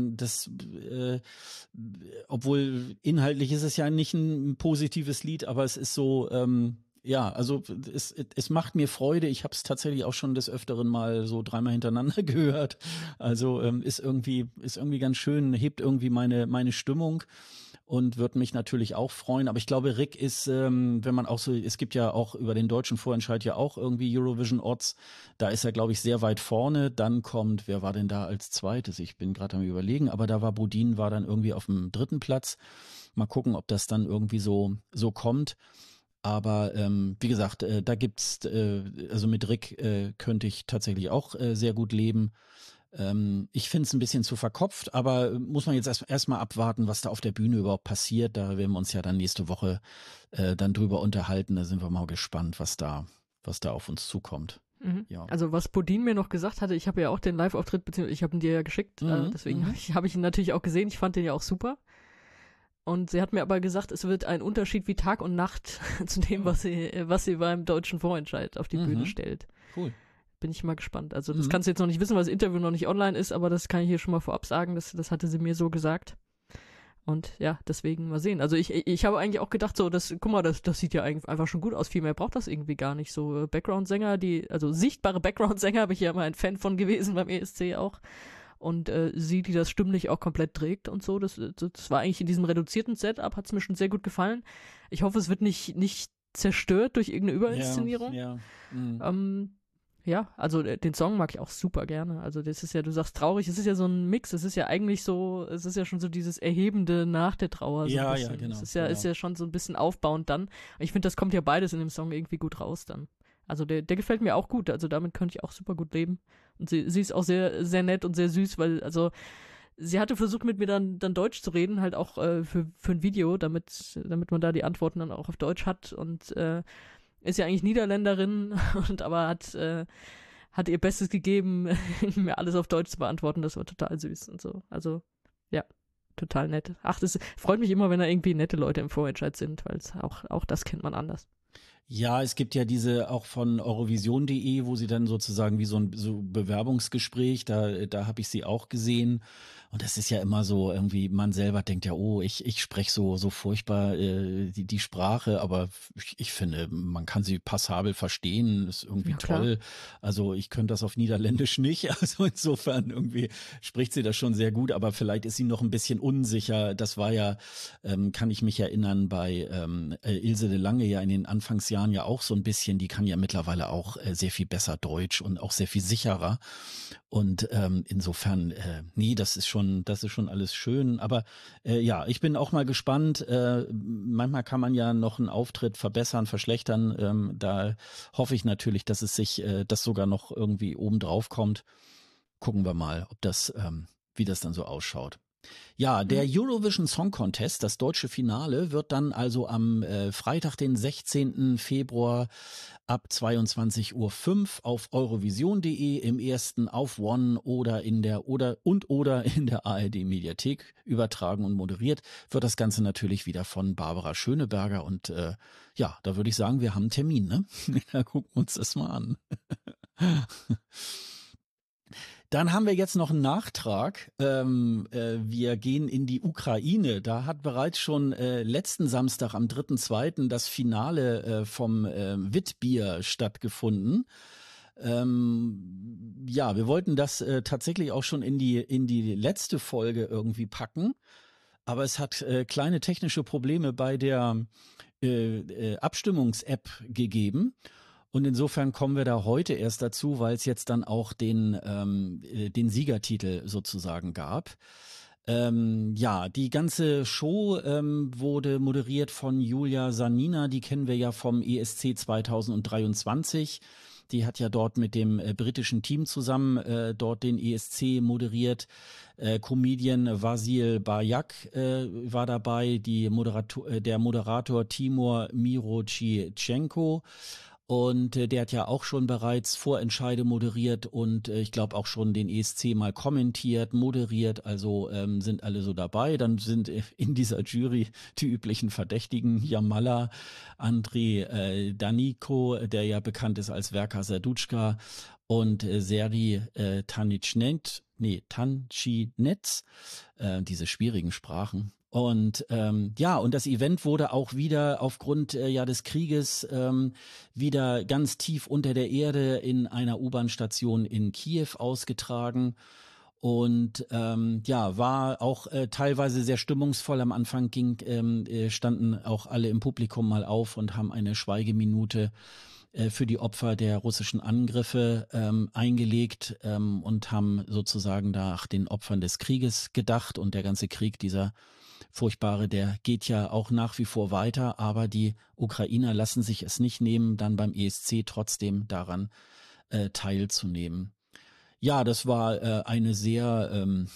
obwohl inhaltlich ist es ja nicht ein positives Lied, aber es ist so, ja, also es macht mir Freude. Ich habe es tatsächlich auch schon des Öfteren mal so 3-mal hintereinander gehört. Also ist irgendwie ganz schön, hebt irgendwie meine Stimmung. Und würde mich natürlich auch freuen. Aber ich glaube, Rick ist, wenn man auch so, es gibt ja auch über den deutschen Vorentscheid ja auch irgendwie Eurovision Odds. Da ist er, glaube ich, sehr weit vorne. Dann kommt, wer war denn da als Zweites? Ich bin gerade am Überlegen, aber da war Bodine, war dann irgendwie auf dem 3. Platz. Mal gucken, ob das dann irgendwie so kommt. Aber wie gesagt, da gibt's, also mit Rick könnte ich tatsächlich auch sehr gut leben. Ich finde es ein bisschen zu verkopft, aber muss man jetzt erst mal abwarten, was da auf der Bühne überhaupt passiert. Da werden wir uns ja dann nächste Woche dann drüber unterhalten. Da sind wir mal gespannt, was da auf uns zukommt. Mhm. Ja. Also was Bodine mir noch gesagt hatte, ich habe ja auch den Live-Auftritt, beziehungsweise ich habe ihn dir ja geschickt, deswegen habe ich ihn natürlich auch gesehen. Ich fand den ja auch super. Und sie hat mir aber gesagt, es wird ein Unterschied wie Tag und Nacht zu dem, was sie beim deutschen Vorentscheid auf die Bühne stellt. Cool. Bin ich mal gespannt. Also das kannst du jetzt noch nicht wissen, weil das Interview noch nicht online ist, aber das kann ich hier schon mal vorab sagen. Das hatte sie mir so gesagt. Und ja, deswegen mal sehen. Also ich habe eigentlich auch gedacht, so, guck mal, das sieht ja eigentlich einfach schon gut aus. Viel mehr braucht das irgendwie gar nicht. So Background-Sänger, also sichtbare Background-Sänger, habe ich ja immer ein Fan von gewesen beim ESC auch. Und sie, die das stimmlich auch komplett trägt und so, das war eigentlich in diesem reduzierten Setup, hat es mir schon sehr gut gefallen. Ich hoffe, es wird nicht zerstört durch irgendeine Überinszenierung. Ja. Ja, also den Song mag ich auch super gerne. Also das ist ja, du sagst traurig, es ist ja so ein Mix, es ist ja eigentlich so, es ist ja schon so dieses Erhebende nach der Trauer. So ja, genau. Es genau. ist ja schon so ein bisschen aufbauend dann. Ich finde, das kommt ja beides in dem Song irgendwie gut raus dann. Also der gefällt mir auch gut, also damit könnte ich auch super gut leben. Und sie ist auch sehr, sehr nett und sehr süß, weil, also sie hatte versucht, mit mir dann Deutsch zu reden, halt auch für ein Video, damit man da die Antworten dann auch auf Deutsch hat und ist ja eigentlich Niederländerin aber hat ihr Bestes gegeben, mir alles auf Deutsch zu beantworten. Das war total süß und so. Also, ja, total nett. Ach, das freut mich immer, wenn da irgendwie nette Leute im Vorentscheid sind, weil auch das kennt man anders. Ja, es gibt ja diese auch von Eurovision.de, wo sie dann sozusagen wie so ein Bewerbungsgespräch, da habe ich sie auch gesehen. Und das ist ja immer so irgendwie, man selber denkt ja, oh, ich spreche so furchtbar die Sprache, aber ich finde, man kann sie passabel verstehen, ist irgendwie toll. Also ich könnte das auf Niederländisch nicht, also insofern irgendwie spricht sie das schon sehr gut, aber vielleicht ist sie noch ein bisschen unsicher. Das war ja, kann ich mich erinnern, bei Ilse de Lange ja in den Anfangsjahren ja auch so ein bisschen, die kann ja mittlerweile auch sehr viel besser Deutsch und auch sehr viel sicherer. Und insofern, nee, das ist schon alles schön. Aber ja, ich bin auch mal gespannt. Manchmal kann man ja noch einen Auftritt verbessern, verschlechtern. Da hoffe ich natürlich, dass es sich, das sogar noch irgendwie oben drauf kommt. Gucken wir mal, ob das, wie das dann so ausschaut. Ja, der Eurovision Song Contest, das deutsche Finale, wird dann also am Freitag, den 16. Februar ab 22:05 Uhr auf eurovision.de, im ersten auf One oder in der ARD Mediathek übertragen und moderiert. Wird das Ganze natürlich wieder von Barbara Schöneberger und ja, da würde ich sagen, wir haben einen Termin, ne? Da gucken wir uns das mal an. Dann haben wir jetzt noch einen Nachtrag. Wir gehen in die Ukraine. Da hat bereits schon letzten Samstag am 3.2. das Finale vom Witbier stattgefunden. Ja, wir wollten das tatsächlich auch schon in die letzte Folge irgendwie packen. Aber es hat kleine technische Probleme bei der Abstimmungs-App gegeben. Und insofern kommen wir da heute erst dazu, weil es jetzt dann auch den Siegertitel sozusagen gab. Ja, die ganze Show wurde moderiert von Julia Sanina, die kennen wir ja vom ESC 2023. Die hat ja dort mit dem britischen Team zusammen dort den ESC moderiert. Comedian Vasil Bayak war dabei, der Moderator Timur Mirochichenko. Und der hat ja auch schon bereits Vorentscheide moderiert und ich glaube auch schon den ESC mal kommentiert, moderiert, also sind alle so dabei. Dann sind in dieser Jury die üblichen Verdächtigen, Jamala, Andrei Daniko, der ja bekannt ist als Verka Serduchka, und Seri Tanchinets, diese schwierigen Sprachen. Und ja, und das Event wurde auch wieder aufgrund des Krieges wieder ganz tief unter der Erde in einer U-Bahn-Station in Kiew ausgetragen. Und ja, war auch teilweise sehr stimmungsvoll. Am Anfang standen auch alle im Publikum mal auf und haben eine Schweigeminute für die Opfer der russischen Angriffe eingelegt und haben sozusagen nach den Opfern des Krieges gedacht. Und der ganze Krieg, dieser furchtbare, der geht ja auch nach wie vor weiter. Aber die Ukrainer lassen sich es nicht nehmen, dann beim ESC trotzdem daran teilzunehmen. Ja, das war eine sehr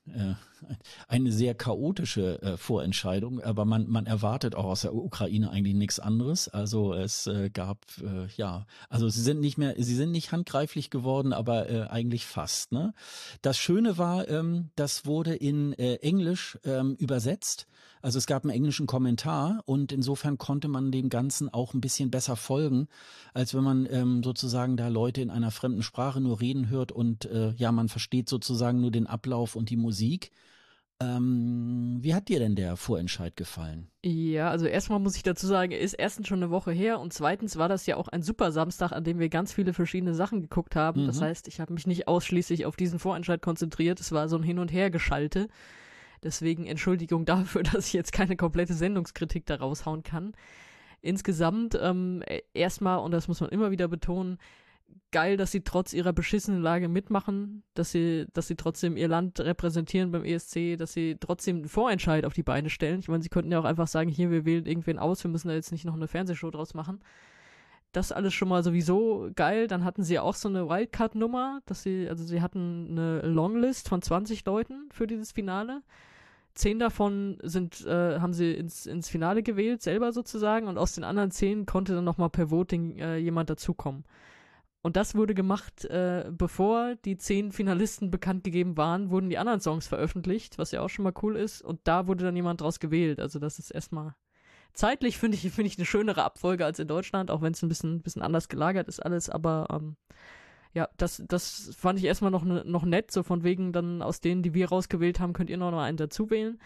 chaotische Vorentscheidung, aber man erwartet auch aus der Ukraine eigentlich nichts anderes. Also es gab also sie sind nicht handgreiflich geworden, aber eigentlich fast. Ne? Das Schöne war, das wurde in Englisch übersetzt. Also es gab einen englischen Kommentar und insofern konnte man dem Ganzen auch ein bisschen besser folgen, als wenn man sozusagen da Leute in einer fremden Sprache nur reden hört und man versteht sozusagen nur den Ablauf und die Musik. Wie hat dir denn der Vorentscheid gefallen? Ja, also erstmal muss ich dazu sagen, er ist erstens schon eine Woche her und zweitens war das ja auch ein super Samstag, an dem wir ganz viele verschiedene Sachen geguckt haben. Das heißt, ich habe mich nicht ausschließlich auf diesen Vorentscheid konzentriert. Es war so ein Hin- und Hergeschalte. Deswegen Entschuldigung dafür, dass ich jetzt keine komplette Sendungskritik da raushauen kann. Insgesamt erstmal, und das muss man immer wieder betonen, geil, dass sie trotz ihrer beschissenen Lage mitmachen, dass sie trotzdem ihr Land repräsentieren beim ESC, dass sie trotzdem einen Vorentscheid auf die Beine stellen. Ich meine, sie könnten ja auch einfach sagen, hier, wir wählen irgendwen aus, wir müssen da jetzt nicht noch eine Fernsehshow draus machen. Das alles schon mal sowieso geil. Dann hatten sie auch so eine Wildcard-Nummer, sie hatten eine Longlist von 20 Leuten für dieses Finale. 10 davon haben sie ins Finale gewählt, selber sozusagen, und aus den anderen 10 konnte dann nochmal per Voting jemand dazukommen. Und das wurde gemacht, bevor die 10 Finalisten bekannt gegeben waren, wurden die anderen Songs veröffentlicht, was ja auch schon mal cool ist. Und da wurde dann jemand draus gewählt. Also das ist erstmal zeitlich, finde ich eine schönere Abfolge als in Deutschland, auch wenn es ein bisschen anders gelagert ist alles. Aber ja, das fand ich erstmal noch nett, so von wegen dann aus denen, die wir rausgewählt haben, könnt ihr noch einen dazu wählen.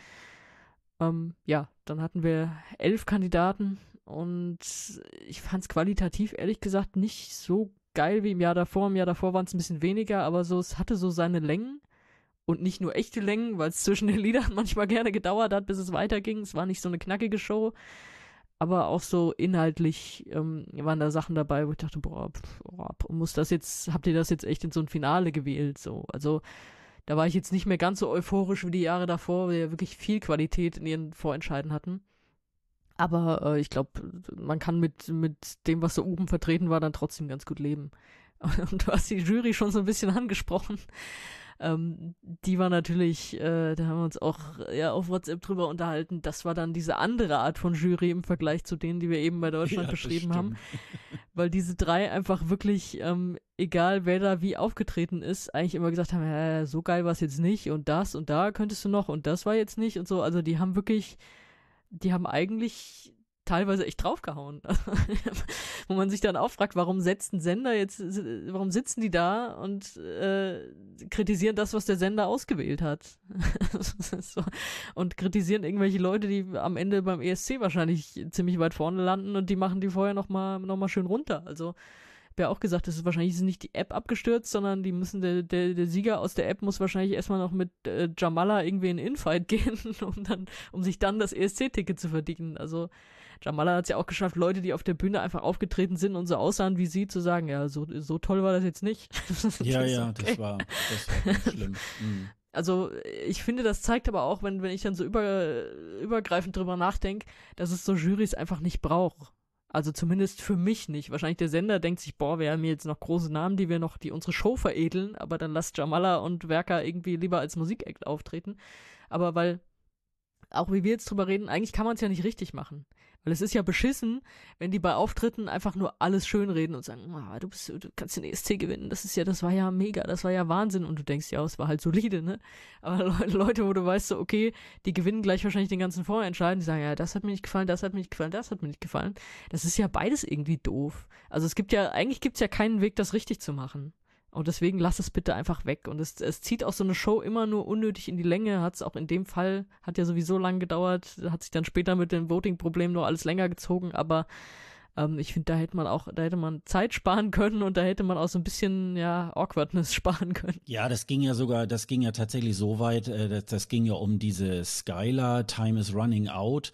Ja, dann hatten wir 11 Kandidaten und ich fand es qualitativ ehrlich gesagt nicht so geil wie im Jahr davor. Im Jahr davor waren es ein bisschen weniger, aber so, es hatte so seine Längen und nicht nur echte Längen, weil es zwischen den Liedern manchmal gerne gedauert hat, bis es weiterging. Es war nicht so eine knackige Show, aber auch so inhaltlich waren da Sachen dabei, wo ich dachte, habt ihr das jetzt echt in so ein Finale gewählt? So, also da war ich jetzt nicht mehr ganz so euphorisch wie die Jahre davor, weil wir wirklich viel Qualität in ihren Vorentscheiden hatten. Aber ich glaube, man kann mit dem, was so oben vertreten war, dann trotzdem ganz gut leben. Und du hast die Jury schon so ein bisschen angesprochen. Die war natürlich, da haben wir uns auch auf WhatsApp drüber unterhalten. Das war dann diese andere Art von Jury im Vergleich zu denen, die wir eben bei Deutschland beschrieben haben. Weil diese 3 einfach wirklich, egal wer da wie aufgetreten ist, eigentlich immer gesagt haben, so geil war es jetzt nicht und das und da könntest du noch und das war jetzt nicht und so. Also die haben eigentlich teilweise echt draufgehauen. Wo man sich dann auch fragt, warum sitzen die da und kritisieren das, was der Sender ausgewählt hat. So. Und kritisieren irgendwelche Leute, die am Ende beim ESC wahrscheinlich ziemlich weit vorne landen und die machen die vorher noch mal schön runter. Also ja auch gesagt, das ist wahrscheinlich nicht die App abgestürzt, sondern die müssen der Sieger aus der App muss wahrscheinlich erstmal noch mit Jamala irgendwie in Infight gehen, um sich dann das ESC-Ticket zu verdienen. Also Jamala hat es ja auch geschafft, Leute, die auf der Bühne einfach aufgetreten sind und so aussahen wie sie, zu sagen, ja, so toll war das jetzt nicht. Das war schlimm. Also ich finde, das zeigt aber auch, wenn ich dann so übergreifend drüber nachdenke, dass es so Jurys einfach nicht braucht. Also zumindest für mich nicht. Wahrscheinlich der Sender denkt sich, wir haben jetzt noch große Namen, die unsere Show veredeln, aber dann lasst Jamala und Werka irgendwie lieber als Musikact auftreten. Aber weil, auch wie wir jetzt drüber reden, eigentlich kann man es ja nicht richtig machen. Weil es ist ja beschissen, wenn die bei Auftritten einfach nur alles schönreden und sagen, du kannst den ESC gewinnen, das war ja mega, das war ja Wahnsinn. Und du denkst, ja, es war halt solide, ne? Aber Leute, wo du weißt so, okay, die gewinnen gleich wahrscheinlich den ganzen Vorentscheid, die sagen, ja, das hat mir nicht gefallen, das hat mir nicht gefallen, das hat mir nicht gefallen. Das ist ja beides irgendwie doof. Also eigentlich gibt's ja keinen Weg, das richtig zu machen. Und deswegen lass es bitte einfach weg. Und es zieht auch so eine Show immer nur unnötig in die Länge. Hat es auch in dem Fall, hat ja sowieso lang gedauert, hat sich dann später mit dem Voting-Problem noch alles länger gezogen. Aber ich finde, da hätte man Zeit sparen können und da hätte man auch so ein bisschen, Awkwardness sparen können. Ja, das ging ja tatsächlich so weit, das ging ja um diese Skylar, Time is Running Out.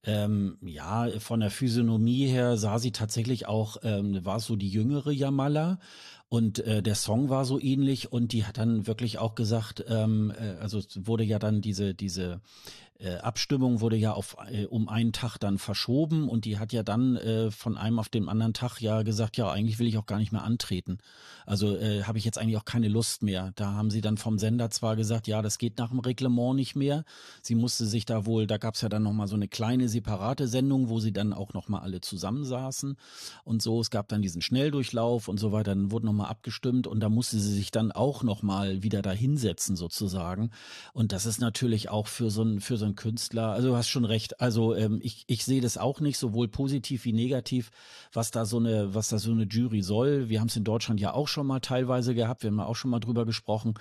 Von der Physiognomie her sah sie tatsächlich auch, war so die jüngere Jamala. Und der Song war so ähnlich und die hat dann wirklich auch gesagt, also es wurde ja dann diese Abstimmung wurde ja um einen Tag dann verschoben und die hat ja dann von einem auf den anderen Tag ja gesagt, ja, eigentlich will ich auch gar nicht mehr antreten. Also habe ich jetzt eigentlich auch keine Lust mehr. Da haben sie dann vom Sender zwar gesagt, ja, das geht nach dem Reglement nicht mehr. Sie musste sich da gab es ja dann nochmal so eine kleine separate Sendung, wo sie dann auch nochmal alle zusammensaßen und so. Es gab dann diesen Schnelldurchlauf und so weiter, dann wurde nochmal abgestimmt und da musste sie sich dann auch nochmal wieder da hinsetzen sozusagen. Und das ist natürlich auch für so ein ein Künstler, also du hast schon recht, also ich sehe das auch nicht, sowohl positiv wie negativ, was da so eine Jury soll. Wir haben es in Deutschland ja auch schon mal teilweise gehabt, wir haben ja auch schon mal drüber gesprochen.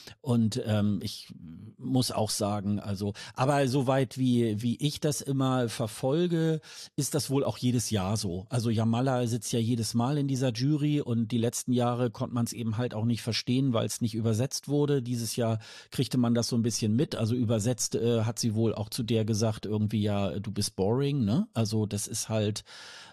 Und ich muss auch sagen, also, aber soweit wie ich das immer verfolge, ist das wohl auch jedes Jahr so. Also Jamala sitzt ja jedes Mal in dieser Jury und die letzten Jahre konnte man es eben halt auch nicht verstehen, weil es nicht übersetzt wurde. Dieses Jahr kriegte man das so ein bisschen mit. Also übersetzt hat sie wohl auch zu der gesagt, irgendwie ja, du bist boring, ne? Also das ist halt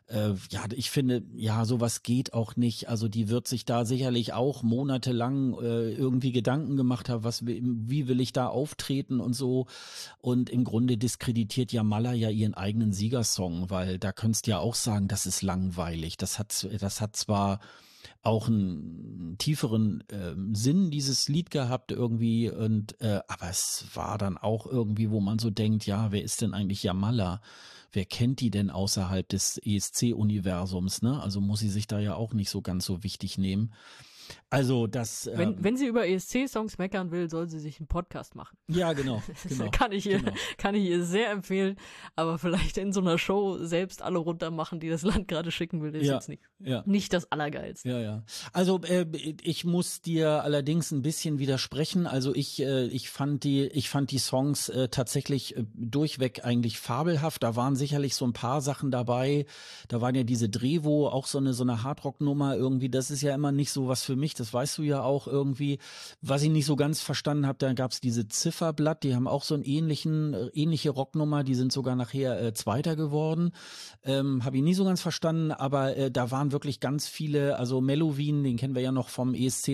ja, ich finde, ja, sowas geht auch nicht. Also die wird sich da sicherlich auch monatelang irgendwie Gedanken gemacht haben, wie will ich da auftreten und so. Und im Grunde diskreditiert Jamala ja ihren eigenen Siegersong, weil da könntest du ja auch sagen, das ist langweilig. Das hat zwar auch einen tieferen Sinn, dieses Lied gehabt irgendwie, und aber es war dann auch irgendwie, wo man so denkt, ja, wer ist denn eigentlich Jamala? Wer kennt die denn außerhalb des ESC-Universums, ne? Also muss sie sich da ja auch nicht so ganz so wichtig nehmen. Also das. Wenn sie über ESC-Songs meckern will, soll sie sich einen Podcast machen. Ja, genau. Kann ich ihr sehr empfehlen. Aber vielleicht in so einer Show selbst alle runtermachen, die das Land gerade schicken will, ist jetzt nicht das Allergeilste. Ja. Also ich muss dir allerdings ein bisschen widersprechen. Also ich fand die Songs tatsächlich durchweg eigentlich fabelhaft. Da waren sicherlich so ein paar Sachen dabei. Da waren ja diese Drevo, auch so eine Hardrock-Nummer irgendwie. Das ist ja immer nicht so was für mich. Das weißt du ja auch irgendwie. Was ich nicht so ganz verstanden habe, da gab es diese Zifferblatt, die haben auch so eine ähnliche Rocknummer, die sind sogar nachher Zweiter geworden. Habe ich nie so ganz verstanden, aber da waren wirklich ganz viele, also Mellowin, den kennen wir ja noch vom ESC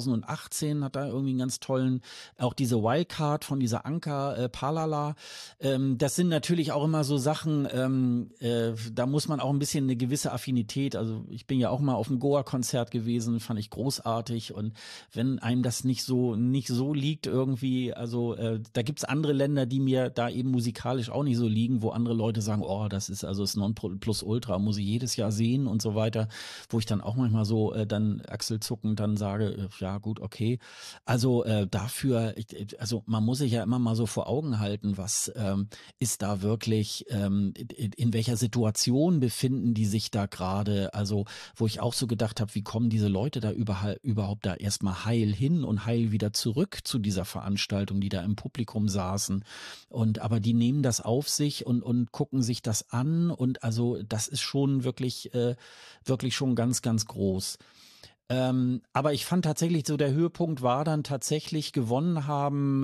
2018, hat da irgendwie einen ganz tollen, auch diese Wildcard von dieser Anka Palala. Das sind natürlich auch immer so Sachen, da muss man auch ein bisschen eine gewisse Affinität, also ich bin ja auch mal auf einem Goa-Konzert gewesen, fand ich großartig, und wenn einem das nicht so liegt irgendwie, also da gibt's andere Länder, die mir da eben musikalisch auch nicht so liegen, wo andere Leute sagen, oh, das ist also das Nonplusultra, muss ich jedes Jahr sehen und so weiter, wo ich dann auch manchmal so dann achselzuckend dann sage, ja gut, okay. Also dafür, also man muss sich ja immer mal so vor Augen halten, was ist da wirklich, in welcher Situation befinden die sich da gerade, also wo ich auch so gedacht habe, wie kommen diese Leute da überhaupt da erstmal heil hin und heil wieder zurück zu dieser Veranstaltung, die da im Publikum saßen, und aber die nehmen das auf sich und gucken sich das an, und also das ist schon wirklich schon ganz, ganz groß. Aber ich fand tatsächlich so, der Höhepunkt war dann tatsächlich gewonnen haben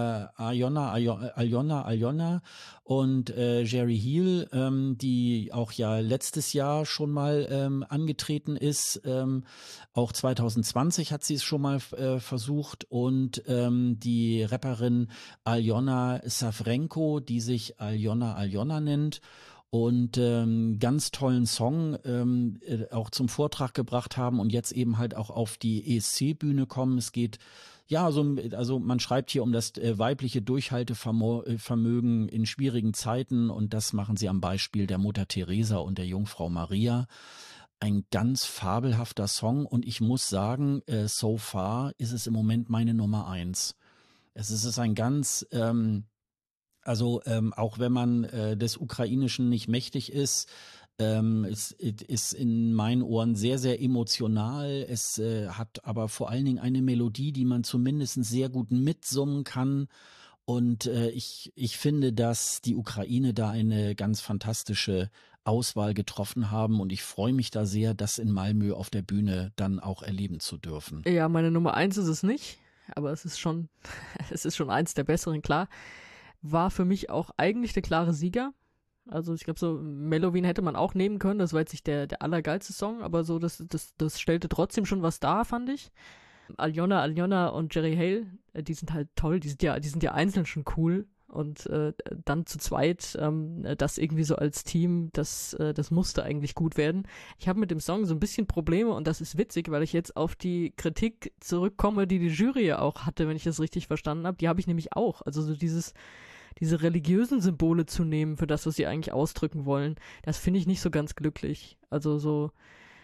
Aljona und Jerry Heal, die auch ja letztes Jahr schon mal angetreten ist. Auch 2020 hat sie es schon mal versucht, und die Rapperin Aljona Savrenko, die sich Aljona nennt, und ganz tollen Song auch zum Vortrag gebracht haben und jetzt eben halt auch auf die ESC-Bühne kommen. Es geht ja so, also man schreibt hier um das weibliche Durchhaltevermögen in schwierigen Zeiten, und das machen sie am Beispiel der Mutter Teresa und der Jungfrau Maria. Ein ganz fabelhafter Song, und ich muss sagen, so far ist es im Moment meine Nummer 1. Es ist ein ganz also auch wenn man des Ukrainischen nicht mächtig ist, es ist in meinen Ohren sehr, sehr emotional. Es hat aber vor allen Dingen eine Melodie, die man zumindest sehr gut mitsummen kann. Und ich finde, dass die Ukraine da eine ganz fantastische Auswahl getroffen haben, und ich freue mich da sehr, das in Malmö auf der Bühne dann auch erleben zu dürfen. Ja, meine Nummer 1 ist es nicht, aber es ist schon eins der besseren, klar. War für mich auch eigentlich der klare Sieger. Also ich glaube, so Mellowin hätte man auch nehmen können, das war jetzt nicht der allergeilste Song, aber so das stellte trotzdem schon was dar, fand ich. Aljona und Jerry Hale, die sind halt toll, die sind ja einzeln schon cool, und dann zu zweit das irgendwie so als Team, das musste eigentlich gut werden. Ich habe mit dem Song so ein bisschen Probleme, und das ist witzig, weil ich jetzt auf die Kritik zurückkomme, die Jury ja auch hatte, wenn ich das richtig verstanden habe. Die habe ich nämlich auch. Also so diese religiösen Symbole zu nehmen für das, was sie eigentlich ausdrücken wollen, das finde ich nicht so ganz glücklich. Also so,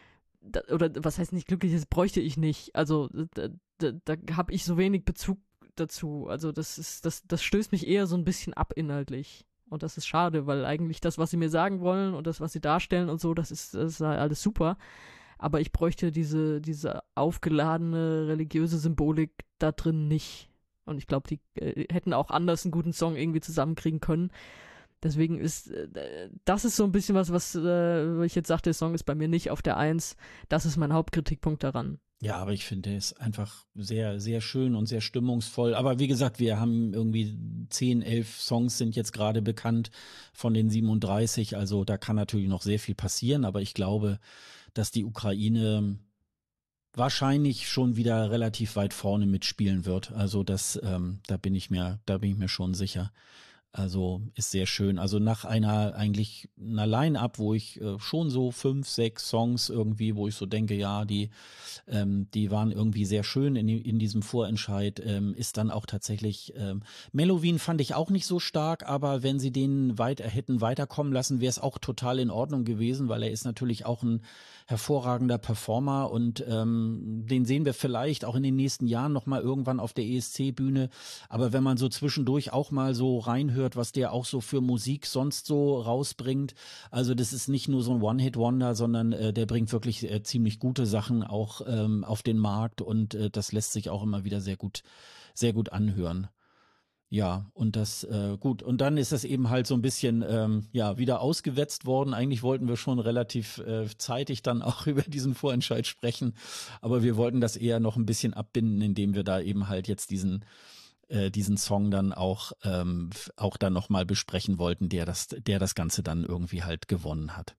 oder was heißt nicht glücklich, das bräuchte ich nicht. Also da habe ich so wenig Bezug dazu. Also das stößt mich eher so ein bisschen ab inhaltlich. Und das ist schade, weil eigentlich das, was sie mir sagen wollen und das, was sie darstellen und so, das ist alles super. Aber ich bräuchte diese aufgeladene religiöse Symbolik da drin nicht. Und ich glaube, die hätten auch anders einen guten Song irgendwie zusammenkriegen können. Deswegen das ist so ein bisschen was ich jetzt sagte, der Song ist bei mir nicht auf der 1. Das ist mein Hauptkritikpunkt daran. Ja, aber ich finde, der ist einfach sehr, sehr schön und sehr stimmungsvoll. Aber wie gesagt, wir haben irgendwie 10, 11 Songs sind jetzt gerade bekannt von den 37. Also da kann natürlich noch sehr viel passieren. Aber ich glaube, dass die Ukraine wahrscheinlich schon wieder relativ weit vorne mitspielen wird. Also da bin ich mir schon sicher. Also ist sehr schön. Also nach einer Line-Up, wo ich schon so 5, 6 Songs irgendwie, wo ich so denke, ja, die waren irgendwie sehr schön in diesem Vorentscheid, ist dann auch tatsächlich Mellowin fand ich auch nicht so stark, aber wenn sie den hätten weiterkommen lassen, wäre es auch total in Ordnung gewesen, weil er ist natürlich auch ein hervorragender Performer und den sehen wir vielleicht auch in den nächsten Jahren nochmal irgendwann auf der ESC-Bühne. Aber wenn man so zwischendurch auch mal so reinhört, was der auch so für Musik sonst so rausbringt, also das ist nicht nur so ein One-Hit-Wonder, sondern der bringt wirklich ziemlich gute Sachen auch auf den Markt und das lässt sich auch immer wieder sehr gut anhören. Ja, und das, gut. Und dann ist das eben halt so ein bisschen, wieder ausgewetzt worden. Eigentlich wollten wir schon relativ zeitig dann auch über diesen Vorentscheid sprechen. Aber wir wollten das eher noch ein bisschen abbinden, indem wir da eben halt jetzt diesen Song dann auch dann nochmal besprechen wollten, der das Ganze dann irgendwie halt gewonnen hat.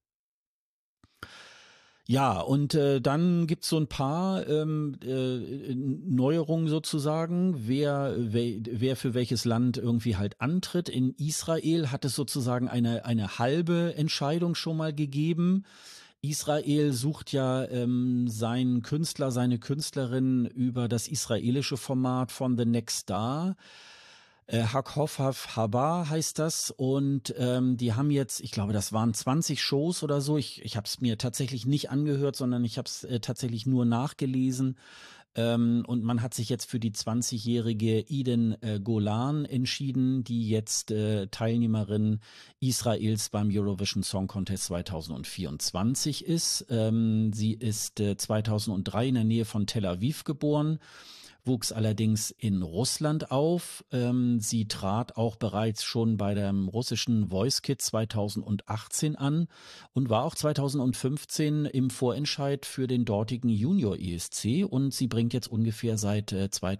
Ja, und dann gibt's so ein paar Neuerungen sozusagen, wer für welches Land irgendwie halt antritt. In Israel hat es sozusagen eine halbe Entscheidung schon mal gegeben. Israel sucht ja seinen Künstler, seine Künstlerin über das israelische Format von The Next Star. Hakhofav Haba heißt das und die haben jetzt, ich glaube, das waren 20 Shows oder so. Ich habe es mir tatsächlich nicht angehört, sondern ich habe es tatsächlich nur nachgelesen. Und man hat sich jetzt für die 20-jährige Eden Golan entschieden, die jetzt Teilnehmerin Israels beim Eurovision Song Contest 2024 ist. Sie ist 2003 in der Nähe von Tel Aviv geboren, wuchs allerdings in Russland auf. Sie trat auch bereits schon bei dem russischen Voice Kids 2018 an und war auch 2015 im Vorentscheid für den dortigen Junior ESC und sie bringt jetzt ungefähr seit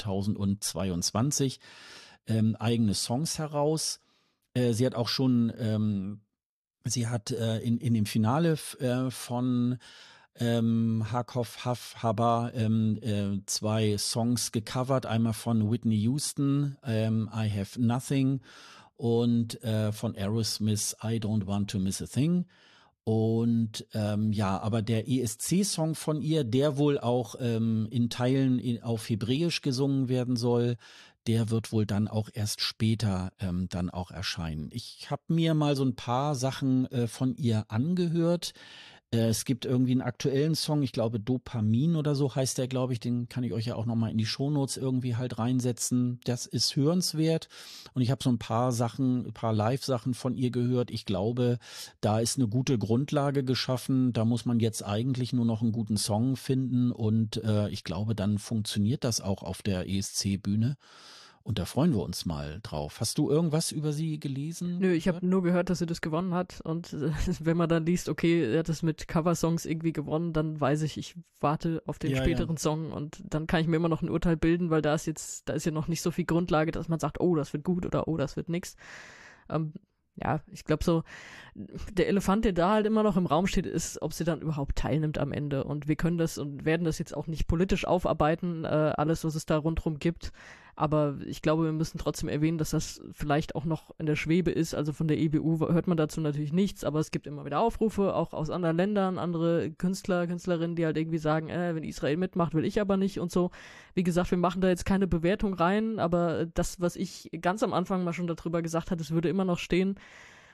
2022 eigene Songs heraus. Sie hat auch schon, sie hat in dem Finale von Hakhofav Haba 2 Songs gecovert, einmal von Whitney Houston, I Have Nothing und von Aerosmith, I Don't Want to Miss a Thing. Und aber der ESC-Song von ihr, der wohl auch in Teilen auf Hebräisch gesungen werden soll, der wird wohl dann auch erst später dann auch erscheinen. Ich habe mir mal so ein paar Sachen von ihr angehört. Es gibt irgendwie einen aktuellen Song, ich glaube Dopamin oder so heißt der, glaube ich, den kann ich euch ja auch nochmal in die Shownotes irgendwie halt reinsetzen. Das ist hörenswert und ich habe so ein paar Live-Sachen von ihr gehört. Ich glaube, da ist eine gute Grundlage geschaffen. Da muss man jetzt eigentlich nur noch einen guten Song finden und ich glaube, dann funktioniert das auch auf der ESC-Bühne. Und da freuen wir uns mal drauf. Hast du irgendwas über sie gelesen? Nö, ich habe nur gehört, dass sie das gewonnen hat. Und wenn man dann liest, okay, er hat das mit Coversongs irgendwie gewonnen, dann weiß ich warte auf den späteren Song und dann kann ich mir immer noch ein Urteil bilden, weil da ist ja noch nicht so viel Grundlage, dass man sagt, oh, das wird gut oder oh, das wird nix. Ich glaube so, der Elefant, der da halt immer noch im Raum steht, ist, ob sie dann überhaupt teilnimmt am Ende. Und wir können das und werden das jetzt auch nicht politisch aufarbeiten, alles, was es da rundherum gibt. Aber ich glaube, wir müssen trotzdem erwähnen, dass das vielleicht auch noch in der Schwebe ist. Also von der EBU hört man dazu natürlich nichts, aber es gibt immer wieder Aufrufe, auch aus anderen Ländern, andere Künstler, Künstlerinnen, die halt irgendwie sagen, wenn Israel mitmacht, will ich aber nicht und so. Wie gesagt, wir machen da jetzt keine Bewertung rein, aber das, was ich ganz am Anfang mal schon darüber gesagt hatte, es würde immer noch stehen,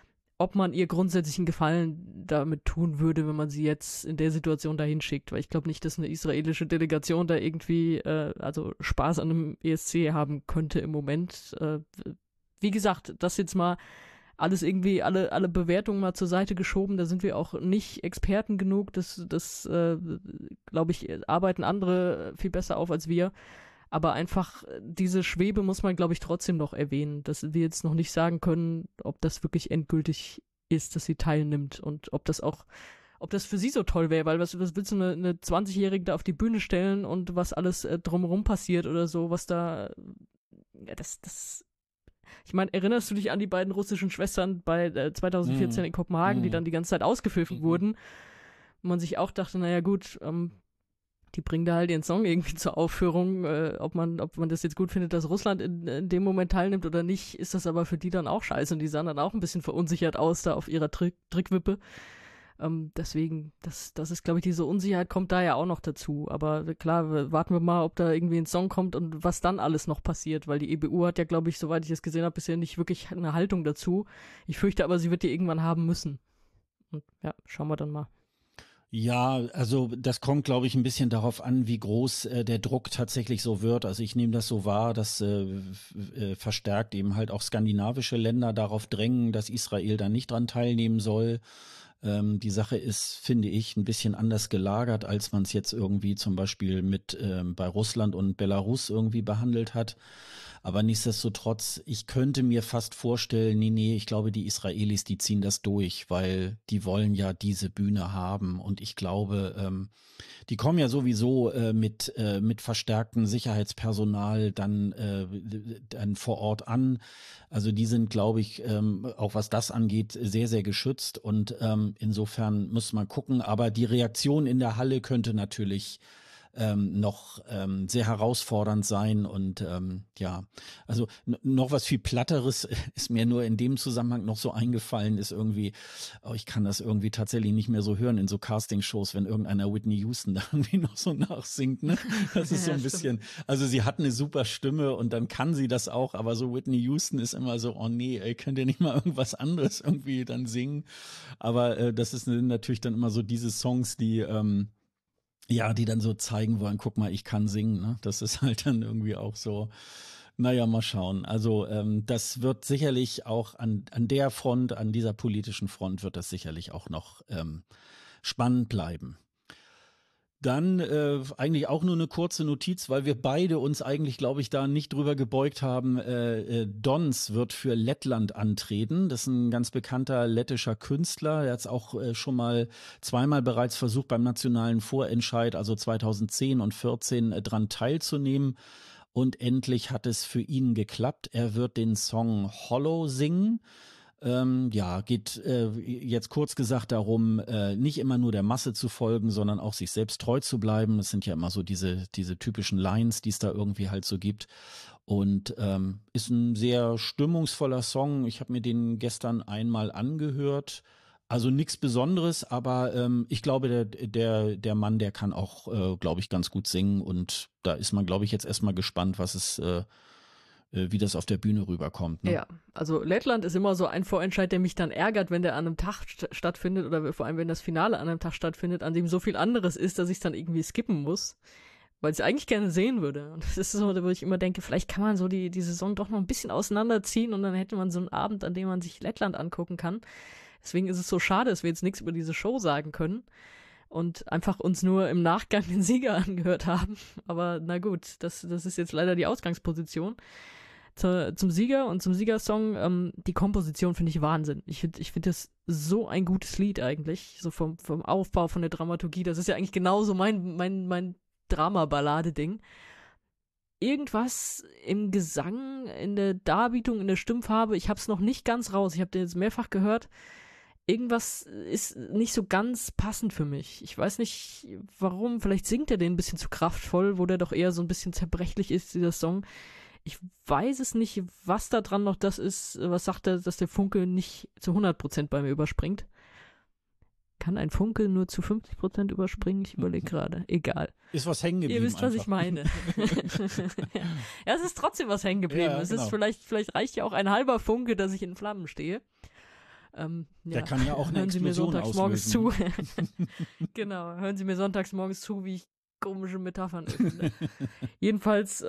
ob man ihr grundsätzlich einen Gefallen damit tun würde, wenn man sie jetzt in der Situation dahin schickt, weil ich glaube nicht, dass eine israelische Delegation da irgendwie also Spaß an einem ESC haben könnte im Moment. Wie gesagt, das jetzt mal alles irgendwie, alle Bewertungen mal zur Seite geschoben, da sind wir auch nicht Experten genug, das glaube ich, arbeiten andere viel besser auf als wir. Aber einfach diese Schwebe muss man, glaube ich, trotzdem noch erwähnen, dass wir jetzt noch nicht sagen können, ob das wirklich endgültig ist, dass sie teilnimmt und ob das für sie so toll wäre, weil was willst du eine 20-Jährige da auf die Bühne stellen und was alles drumherum passiert oder so, was da, ja, ich meine, erinnerst du dich an die beiden russischen Schwestern bei 2014 in Kopenhagen, die dann die ganze Zeit ausgepfiffen wurden? Und man sich auch dachte, naja gut, die bringen da halt ihren Song irgendwie zur Aufführung. Ob man das jetzt gut findet, dass Russland in dem Moment teilnimmt oder nicht, ist das aber für die dann auch scheiße. Und die sahen dann auch ein bisschen verunsichert aus da auf ihrer Trickwippe. Deswegen, das ist, glaube ich, diese Unsicherheit kommt da ja auch noch dazu. Aber klar, warten wir mal, ob da irgendwie ein Song kommt und was dann alles noch passiert. Weil die EBU hat ja, glaube ich, soweit ich es gesehen habe, bisher nicht wirklich eine Haltung dazu. Ich fürchte aber, sie wird die irgendwann haben müssen. Und ja, schauen wir dann mal. Ja, also das kommt, glaube ich, ein bisschen darauf an, wie groß der Druck tatsächlich so wird. Also ich nehme das so wahr, dass verstärkt eben halt auch skandinavische Länder darauf drängen, dass Israel da nicht dran teilnehmen soll. Die Sache ist, finde ich, ein bisschen anders gelagert, als man es jetzt irgendwie zum Beispiel mit bei Russland und Belarus irgendwie behandelt hat. Aber nichtsdestotrotz, ich könnte mir fast vorstellen, nee, ich glaube, die Israelis, die ziehen das durch, weil die wollen ja diese Bühne haben. Und ich glaube, die kommen ja sowieso mit verstärktem Sicherheitspersonal dann vor Ort an. Also die sind, glaube ich, auch was das angeht, sehr, sehr geschützt. Und insofern muss man gucken. Aber die Reaktion in der Halle könnte natürlich noch sehr herausfordernd sein und ja, also noch was viel Platteres ist mir nur in dem Zusammenhang noch so eingefallen, ist irgendwie, ich kann das irgendwie tatsächlich nicht mehr so hören in so Castingshows, wenn irgendeiner Whitney Houston da irgendwie noch so nachsingt, ne? Das ist so ein bisschen, also sie hat eine super Stimme und dann kann sie das auch, aber so Whitney Houston ist immer so, oh nee, ey, könnt ihr nicht mal irgendwas anderes irgendwie dann singen? Aber das ist natürlich dann immer so diese Songs, die ja, die dann so zeigen wollen, guck mal, ich kann singen, ne? Das ist halt dann irgendwie auch so, naja, mal schauen. Also das wird sicherlich auch an der Front, an dieser politischen Front wird das sicherlich auch noch spannend bleiben. Dann eigentlich auch nur eine kurze Notiz, weil wir beide uns eigentlich, glaube ich, da nicht drüber gebeugt haben. Dons wird für Lettland antreten. Das ist ein ganz bekannter lettischer Künstler. Er hat es auch schon mal zweimal bereits versucht, beim nationalen Vorentscheid, also 2010 und 2014, dran teilzunehmen. Und endlich hat es für ihn geklappt. Er wird den Song Hollow singen. Ja, geht jetzt kurz gesagt darum, nicht immer nur der Masse zu folgen, sondern auch sich selbst treu zu bleiben. Das sind ja immer so diese typischen Lines, die es da irgendwie halt so gibt. Und ist ein sehr stimmungsvoller Song. Ich habe mir den gestern einmal angehört. Also nichts Besonderes, aber ich glaube, der Mann, der kann auch, glaube ich, ganz gut singen. Und da ist man, glaube ich, jetzt erstmal gespannt, wie das auf der Bühne rüberkommt. Ne? Ja, also Lettland ist immer so ein Vorentscheid, der mich dann ärgert, wenn der an einem Tag stattfindet oder vor allem, wenn das Finale an einem Tag stattfindet, an dem so viel anderes ist, dass ich es dann irgendwie skippen muss, weil ich es eigentlich gerne sehen würde. Und das ist so, wo ich immer denke, vielleicht kann man so die Saison doch noch ein bisschen auseinanderziehen und dann hätte man so einen Abend, an dem man sich Lettland angucken kann. Deswegen ist es so schade, dass wir jetzt nichts über diese Show sagen können und einfach uns nur im Nachgang den Sieger angehört haben. Aber na gut, das ist jetzt leider die Ausgangsposition. Zum Sieger und zum Siegersong, die Komposition finde ich Wahnsinn. Ich finde das so ein gutes Lied eigentlich, so vom Aufbau, von der Dramaturgie. Das ist ja eigentlich genauso mein Dramaballade-Ding. Irgendwas im Gesang, in der Darbietung, in der Stimmfarbe, ich habe es noch nicht ganz raus. Ich habe den jetzt mehrfach gehört. Irgendwas ist nicht so ganz passend für mich. Ich weiß nicht, warum. Vielleicht singt er den ein bisschen zu kraftvoll, wo der doch eher so ein bisschen zerbrechlich ist, dieser Song. Ich weiß es nicht, was da dran noch das ist, was sagt er, dass der Funke nicht zu 100% bei mir überspringt. Kann ein Funke nur zu 50% überspringen? Ich überlege gerade. Egal. Ist was hängen geblieben. Ihr wisst, was ich meine. Ja, es ist trotzdem was hängen geblieben. Ja, es ist vielleicht reicht ja auch ein halber Funke, dass ich in Flammen stehe. Der kann ja auch eine hören Sie mir Explosion sonntags morgens zu. auslösen. Genau, hören Sie mir sonntags morgens zu, wie ich komische Metaphern öffne. Jedenfalls,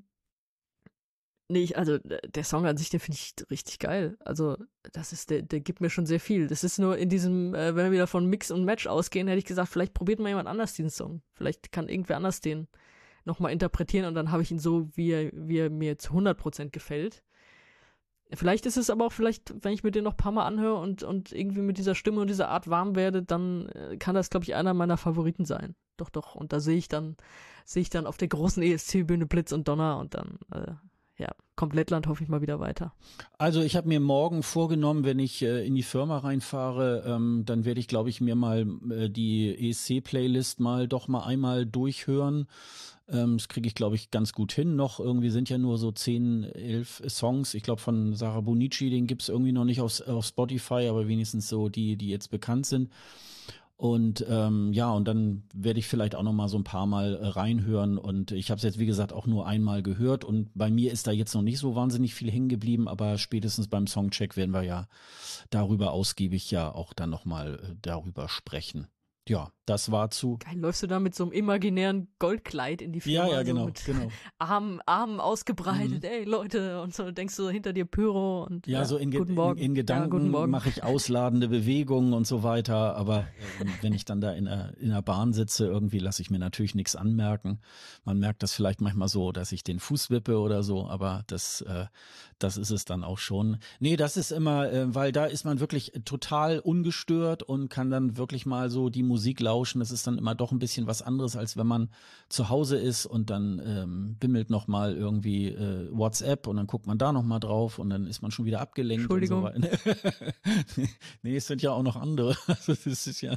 also der Song an sich, den finde ich richtig geil. Also, der gibt mir schon sehr viel. Das ist nur in diesem, wenn wir wieder von Mix und Match ausgehen, hätte ich gesagt, vielleicht probiert mal jemand anders diesen Song. Vielleicht kann irgendwer anders den nochmal interpretieren und dann habe ich ihn so, wie er mir zu 100% gefällt. Vielleicht ist es aber auch, wenn ich mir den noch ein paar Mal anhöre und irgendwie mit dieser Stimme und dieser Art warm werde, dann kann das, glaube ich, einer meiner Favoriten sein. Doch. Und da sehe ich dann auf der großen ESC-Bühne Blitz und Donner und dann, Komplettland hoffe ich mal wieder weiter. Also ich habe mir morgen vorgenommen, wenn ich in die Firma reinfahre, dann werde ich, glaube ich, mir mal die ESC-Playlist mal einmal durchhören. Das kriege ich, glaube ich, ganz gut hin noch. Irgendwie sind ja nur so 10, 11 Songs. Ich glaube, von Sarah Bonici, den gibt es irgendwie noch nicht auf Spotify, aber wenigstens so die jetzt bekannt sind. Und und dann werde ich vielleicht auch noch mal so ein paar Mal reinhören. Und ich habe es jetzt, wie gesagt, auch nur einmal gehört. Und bei mir ist da jetzt noch nicht so wahnsinnig viel hängen geblieben, aber spätestens beim Songcheck werden wir ja darüber ausgiebig ja auch dann noch mal darüber sprechen. Ja, das war zu. Geil, läufst du da mit so einem imaginären Goldkleid in die Firma? Ja, genau, so mit Armen ausgebreitet, ey Leute, und so denkst du hinter dir Pyro und so in guten Gedanken Morgen. Mache ich ausladende Bewegungen und so weiter, aber wenn ich dann da in der Bahn sitze, irgendwie lasse ich mir natürlich nichts anmerken. Man merkt das vielleicht manchmal so, dass ich den Fuß wippe oder so, aber das ist es dann auch schon. Nee, das ist immer, weil da ist man wirklich total ungestört und kann dann wirklich mal so die Musik lauschen. Das ist dann immer doch ein bisschen was anderes, als wenn man zu Hause ist und dann bimmelt noch mal irgendwie WhatsApp und dann guckt man da noch mal drauf und dann ist man schon wieder abgelenkt. Entschuldigung. Und so weiter. Nee, es sind ja auch noch andere. Also das ist ja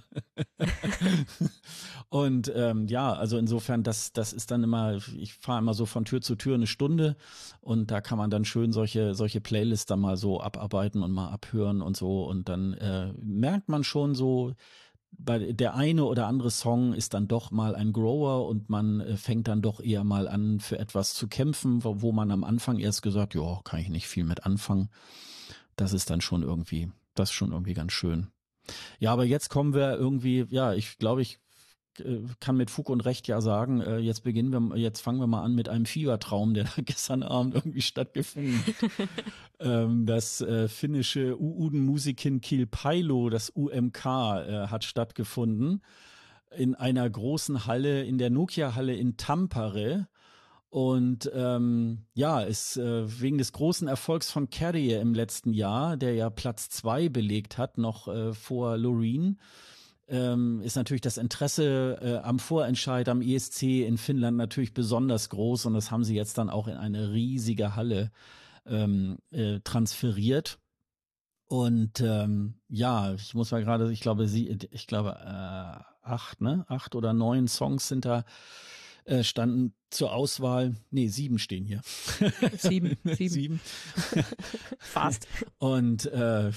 und also insofern, das ist dann immer, ich fahre immer so von Tür zu Tür eine Stunde und da kann man dann schön solche Playlists dann mal so abarbeiten und mal abhören und so und dann merkt man schon so, bei der eine oder andere Song ist dann doch mal ein Grower und man fängt dann doch eher mal an, für etwas zu kämpfen, wo man am Anfang erst gesagt, ja, kann ich nicht viel mit anfangen. Das ist schon irgendwie ganz schön. Ja, aber jetzt kommen wir irgendwie, ja, ich glaube, ich kann mit Fug und Recht ja sagen, jetzt fangen wir mal an mit einem Fiebertraum, der da gestern Abend irgendwie stattgefunden hat. Das finnische Uuden-Musikin Kilpailu, das UMK, hat stattgefunden in einer großen Halle, in der Nokia-Halle in Tampere. Und ist wegen des großen Erfolgs von Carrier im letzten Jahr, der ja Platz 2 belegt hat, noch vor Loreen, ist natürlich das Interesse am Vorentscheid am ESC in Finnland natürlich besonders groß und das haben sie jetzt dann auch in eine riesige Halle transferiert. Und ich muss mal gerade, ich glaube 8 oder 9 Songs sind da standen zur Auswahl. Nee, 7 stehen hier. 7. Fast. Und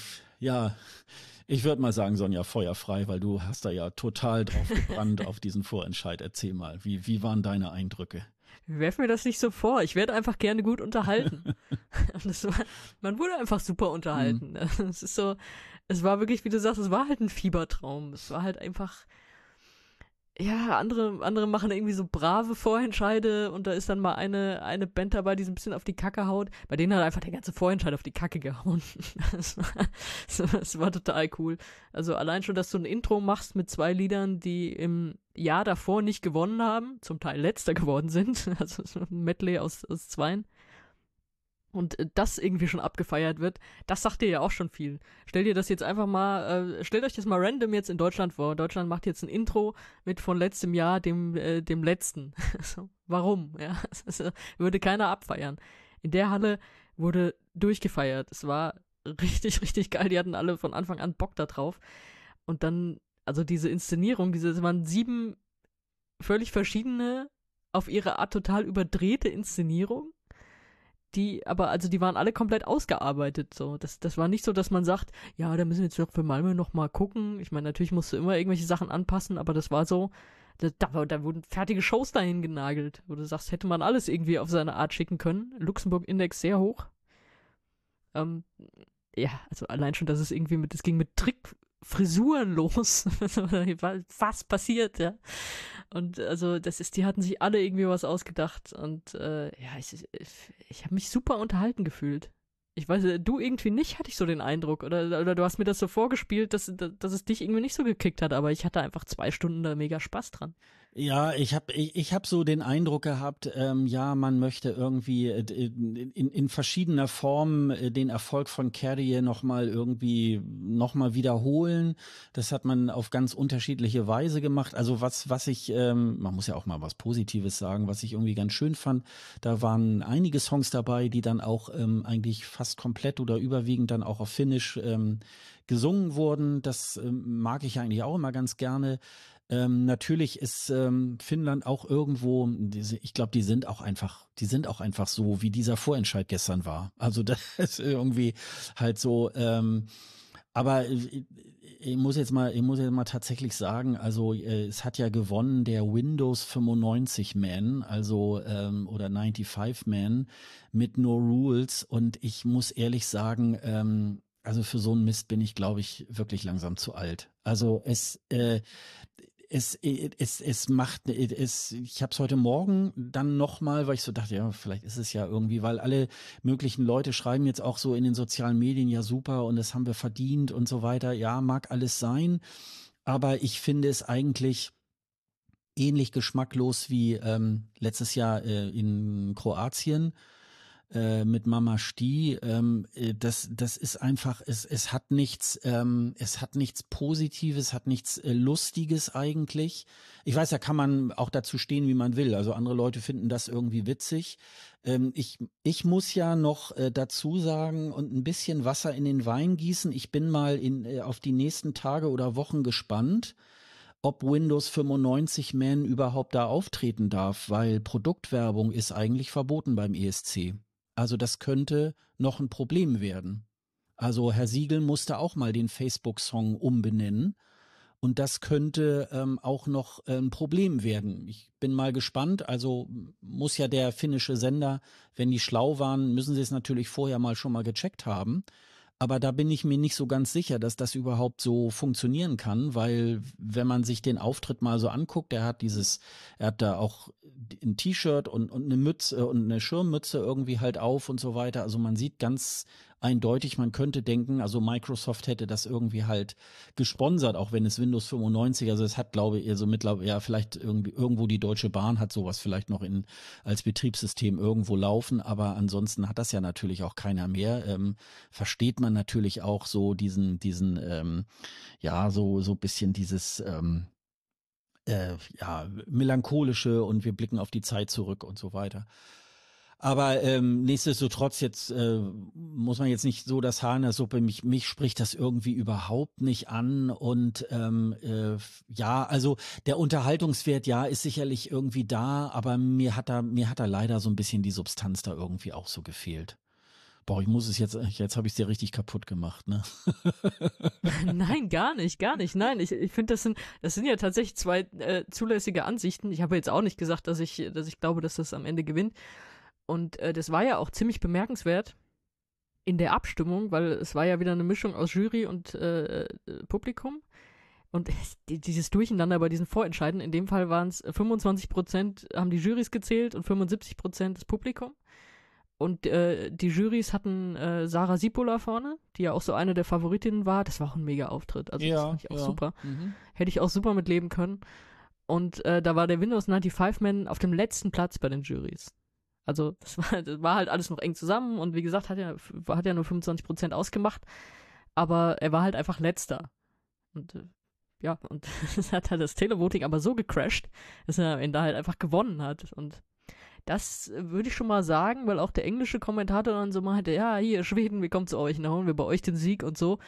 ich würde mal sagen, Sonja, feuerfrei, weil du hast da ja total drauf gebrannt auf diesen Vorentscheid. Erzähl mal, wie waren deine Eindrücke? Werf mir das nicht so vor. Ich werde einfach gerne gut unterhalten. Man wurde einfach super unterhalten. Es ist so, es war wirklich, wie du sagst, es war halt ein Fiebertraum. Es war halt einfach, ja, andere machen irgendwie so brave Vorentscheide und da ist dann mal eine Band dabei, die so ein bisschen auf die Kacke haut. Bei denen hat einfach der ganze Vorentscheid auf die Kacke gehauen. Das war total cool. Also allein schon, dass du ein Intro machst mit 2 Liedern, die im Jahr davor nicht gewonnen haben, zum Teil letzter geworden sind. Also so ein Medley aus 2. Und das irgendwie schon abgefeiert wird, das sagt dir ja auch schon viel. Stellt euch das jetzt mal random jetzt in Deutschland vor. Deutschland macht jetzt ein Intro mit von letztem Jahr, dem letzten. Warum? Ja, das würde keiner abfeiern. In der Halle wurde durchgefeiert. Es war richtig, richtig geil. Die hatten alle von Anfang an Bock da drauf. Und dann, also diese Inszenierung, es waren 7 völlig verschiedene, auf ihre Art total überdrehte Inszenierungen. Die waren alle komplett ausgearbeitet, so. Das war nicht so, dass man sagt, ja, da müssen wir jetzt noch für Malmö noch mal gucken. Ich meine, natürlich musst du immer irgendwelche Sachen anpassen, aber das war so, da wurden fertige Shows dahin genagelt, wo du sagst, hätte man alles irgendwie auf seine Art schicken können. Luxemburg-Index sehr hoch. ja, also allein schon, dass es irgendwie es ging mit Trickfrisuren los. Was passiert, ja. Und also die hatten sich alle irgendwie was ausgedacht und ja, ich habe mich super unterhalten gefühlt. Ich weiß, du irgendwie nicht, hatte ich so den Eindruck. Oder du hast mir das so vorgespielt, dass es dich irgendwie nicht so gekickt hat, aber ich hatte einfach 2 Stunden da mega Spaß dran. Ja, ich hab so den Eindruck gehabt, ja, man möchte irgendwie in verschiedener Form den Erfolg von Carrie nochmal wiederholen. Das hat man auf ganz unterschiedliche Weise gemacht. Also was ich, man muss ja auch mal was Positives sagen, was ich irgendwie ganz schön fand, da waren einige Songs dabei, die dann auch eigentlich fast komplett oder überwiegend dann auch auf Finnisch gesungen wurden. Das mag ich eigentlich auch immer ganz gerne. Natürlich ist Finnland auch irgendwo, ich glaube, die sind auch einfach so, wie dieser Vorentscheid gestern war. Also das ist irgendwie halt so, aber ich muss jetzt mal tatsächlich sagen, also es hat ja gewonnen der Windows 95 Man, also oder 95 Man mit No Rules, und ich muss ehrlich sagen, also für so einen Mist bin ich, glaube ich, wirklich langsam zu alt. Also ich habe es heute Morgen dann nochmal, weil ich so dachte, ja, vielleicht ist es ja irgendwie, weil alle möglichen Leute schreiben jetzt auch so in den sozialen Medien, ja super, und das haben wir verdient und so weiter. Ja, mag alles sein, aber ich finde es eigentlich ähnlich geschmacklos wie letztes Jahr in Kroatien mit Mama Sti. Das ist einfach, es hat nichts Positives, hat nichts Lustiges eigentlich. Ich weiß, da kann man auch dazu stehen, wie man will. Also andere Leute finden das irgendwie witzig. Ich muss ja noch dazu sagen und ein bisschen Wasser in den Wein gießen. Ich bin mal auf die nächsten Tage oder Wochen gespannt, ob Windows 95 Man überhaupt da auftreten darf, weil Produktwerbung ist eigentlich verboten beim ESC. Also das könnte noch ein Problem werden. Also Herr Siegel musste auch mal den Facebook-Song umbenennen. Und das könnte auch noch ein Problem werden. Ich bin mal gespannt. Also muss ja der finnische Sender, wenn die schlau waren, müssen sie es natürlich vorher schon mal gecheckt haben. Aber da bin ich mir nicht so ganz sicher, dass das überhaupt so funktionieren kann, weil wenn man sich den Auftritt mal so anguckt, er hat da auch ein T-Shirt und eine Mütze und eine Schirmmütze irgendwie halt auf und so weiter. Also man sieht ganz eindeutig, man könnte denken, also Microsoft hätte das irgendwie halt gesponsert, auch wenn es Windows 95, also es hat, glaube ich, so mittlerweile, ja, vielleicht irgendwo die Deutsche Bahn hat sowas vielleicht noch als Betriebssystem irgendwo laufen, aber ansonsten hat das ja natürlich auch keiner mehr. Versteht man natürlich auch so ja, so ein bisschen dieses, ja, melancholische und wir blicken auf die Zeit zurück und so weiter. Aber nichtsdestotrotz, jetzt muss man jetzt nicht so das Haar in der Suppe, mich spricht das irgendwie überhaupt nicht an. Und ja, also der Unterhaltungswert, ja, ist sicherlich irgendwie da, aber mir hat da leider so ein bisschen die Substanz da irgendwie auch so gefehlt. Boah, jetzt habe ich es dir richtig kaputt gemacht, ne? Nein, gar nicht. Nein, ich finde, das sind ja tatsächlich 2 zulässige Ansichten. Ich habe jetzt auch nicht gesagt, dass ich glaube, dass das am Ende gewinnt. Und das war ja auch ziemlich bemerkenswert in der Abstimmung, weil es war ja wieder eine Mischung aus Jury und Publikum. Und dieses Durcheinander bei diesen Vorentscheiden, in dem Fall waren es 25% haben die Jurys gezählt und 75% das Publikum. Und die Jurys hatten Sarah Sipola vorne, die ja auch so eine der Favoritinnen war. Das war auch ein mega Auftritt. Also das fand ich auch super. Mhm. Hätte ich auch super mit leben können. Und da war der Windows 95 Man auf dem letzten Platz bei den Jurys. Also das war halt alles noch eng zusammen und wie gesagt, hat ja nur 25% ausgemacht, aber er war halt einfach letzter. Und ja, und das hat halt das Televoting aber so gecrashed, dass er am Ende halt einfach gewonnen hat. Und das würde ich schon mal sagen, weil auch der englische Kommentator dann so meinte, ja, hier, Schweden, wir kommen zu euch, dann holen wir bei euch den Sieg und so.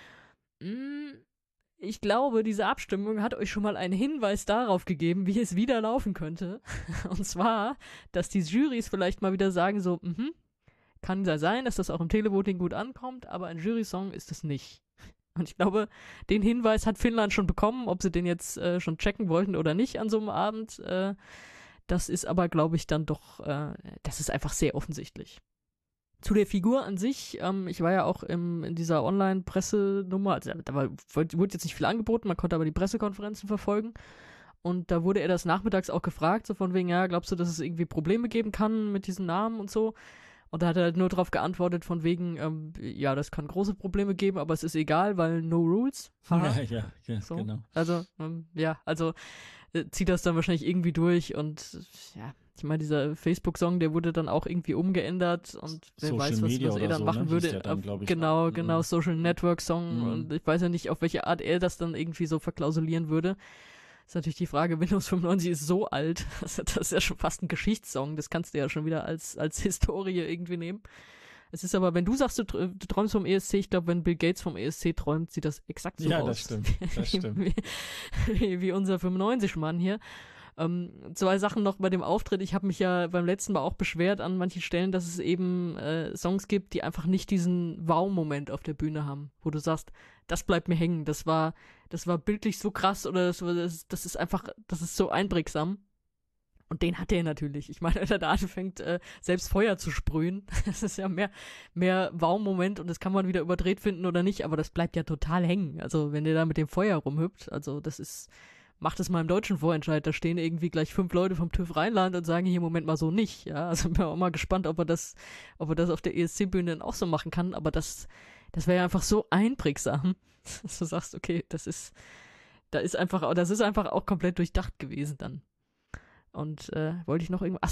Ich glaube, diese Abstimmung hat euch schon mal einen Hinweis darauf gegeben, wie es wieder laufen könnte. Und zwar, dass die Jurys vielleicht mal wieder sagen so, kann ja sein, dass das auch im Televoting gut ankommt, aber ein Jury-Song ist es nicht. Und ich glaube, den Hinweis hat Finnland schon bekommen, ob sie den jetzt schon checken wollten oder nicht an so einem Abend. Das ist aber, glaube ich, dann doch, das ist einfach sehr offensichtlich. Zu der Figur an sich, ich war ja auch in dieser Online-Pressenummer, also wurde jetzt nicht viel angeboten, man konnte aber die Pressekonferenzen verfolgen. Und da wurde er das nachmittags auch gefragt, so von wegen, ja, glaubst du, dass es irgendwie Probleme geben kann mit diesen Namen und so? Und da hat er halt nur darauf geantwortet von wegen, ja, das kann große Probleme geben, aber es ist egal, weil no rules. Ja, so. genau. Also, zieht das dann wahrscheinlich irgendwie durch und ja, ich meine, dieser Facebook-Song, der wurde dann auch irgendwie umgeändert und wer Social weiß, was er dann so, machen ne? würde. Ja dann, Genau, Social Network-Song und ich weiß ja nicht, auf welche Art er das dann irgendwie so verklausulieren würde. Ist natürlich die Frage, Windows 95 ist so alt, das ist ja schon fast ein Geschichtssong, das kannst du ja schon wieder als Historie irgendwie nehmen. Es ist aber, wenn du sagst, du träumst vom ESC, ich glaube, wenn Bill Gates vom ESC träumt, sieht das exakt so aus. Ja, das stimmt. Wie unser 95-Mann hier. 2 Sachen noch bei dem Auftritt. Ich habe mich ja beim letzten Mal auch beschwert an manchen Stellen, dass es eben Songs gibt, die einfach nicht diesen Wow-Moment auf der Bühne haben, wo du sagst, das bleibt mir hängen, das war bildlich so krass oder das ist so einprägsam. Und den hat er natürlich. Ich meine, wenn er da anfängt, selbst Feuer zu sprühen, das ist ja mehr Wow-Moment und das kann man wieder überdreht finden oder nicht, aber das bleibt ja total hängen. Also wenn der da mit dem Feuer rumhüpft, also macht es mal im deutschen Vorentscheid, da stehen irgendwie gleich 5 Leute vom TÜV Rheinland und sagen hier im Moment mal so nicht, ja, also bin auch mal gespannt, ob er das auf der ESC-Bühne dann auch so machen kann, aber das wäre ja einfach so einprägsam, dass du sagst, okay, das ist einfach auch komplett durchdacht gewesen dann. Und wollte ich noch irgendwas,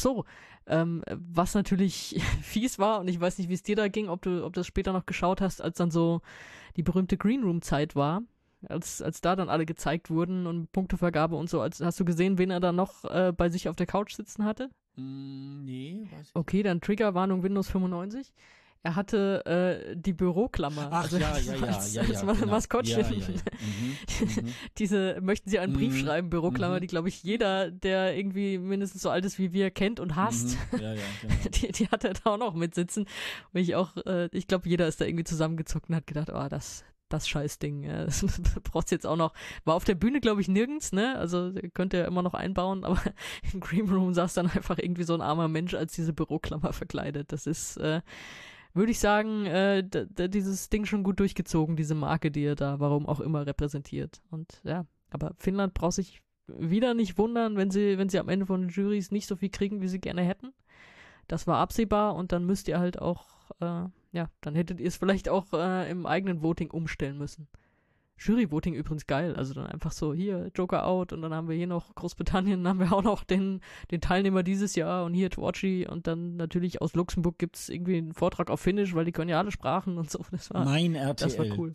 was natürlich fies war und ich weiß nicht, wie es dir da ging, ob das später noch geschaut hast, als dann so die berühmte Greenroom-Zeit war, als da dann alle gezeigt wurden und Punktevergabe und so. Hast du gesehen, wen er da noch bei sich auf der Couch sitzen hatte? Nee, weiß ich. Okay, dann Triggerwarnung Windows 95. Er hatte die Büroklammer. Ach, also, ja, das genau. Maskottchen. Ja. Diese, möchten Sie einen Brief schreiben, Büroklammer, die, glaube ich, jeder, der irgendwie mindestens so alt ist wie wir, kennt und hasst. Ja, genau. die hat er da auch noch mitsitzen. Und ich glaube, jeder ist da irgendwie zusammengezuckt und hat gedacht, oh, das Scheißding, das braucht's jetzt auch noch. War auf der Bühne, glaube ich, nirgends, ne? Also könnt ihr immer noch einbauen, aber im Green Room saß dann einfach irgendwie so ein armer Mensch als diese Büroklammer verkleidet. Das ist, würde ich sagen, dieses Ding schon gut durchgezogen, diese Marke, die er da, warum auch immer, repräsentiert. Und ja, aber Finnland braucht sich wieder nicht wundern, wenn sie am Ende von den Jurys nicht so viel kriegen, wie sie gerne hätten. Das war absehbar und dann müsst ihr halt auch, dann hättet ihr es vielleicht auch im eigenen Voting umstellen müssen. Jury-Voting übrigens geil, also dann einfach so, hier, Joker out und dann haben wir hier noch Großbritannien, dann haben wir auch noch den Teilnehmer dieses Jahr und hier Twatchy und dann natürlich aus Luxemburg gibt's irgendwie einen Vortrag auf Finnisch, weil die können ja alle Sprachen und so. Mein RTL. Das war cool.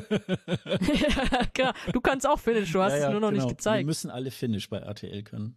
Ja, klar, du kannst auch Finnisch, du hast es nur noch nicht gezeigt. Wir müssen alle Finnisch bei RTL können.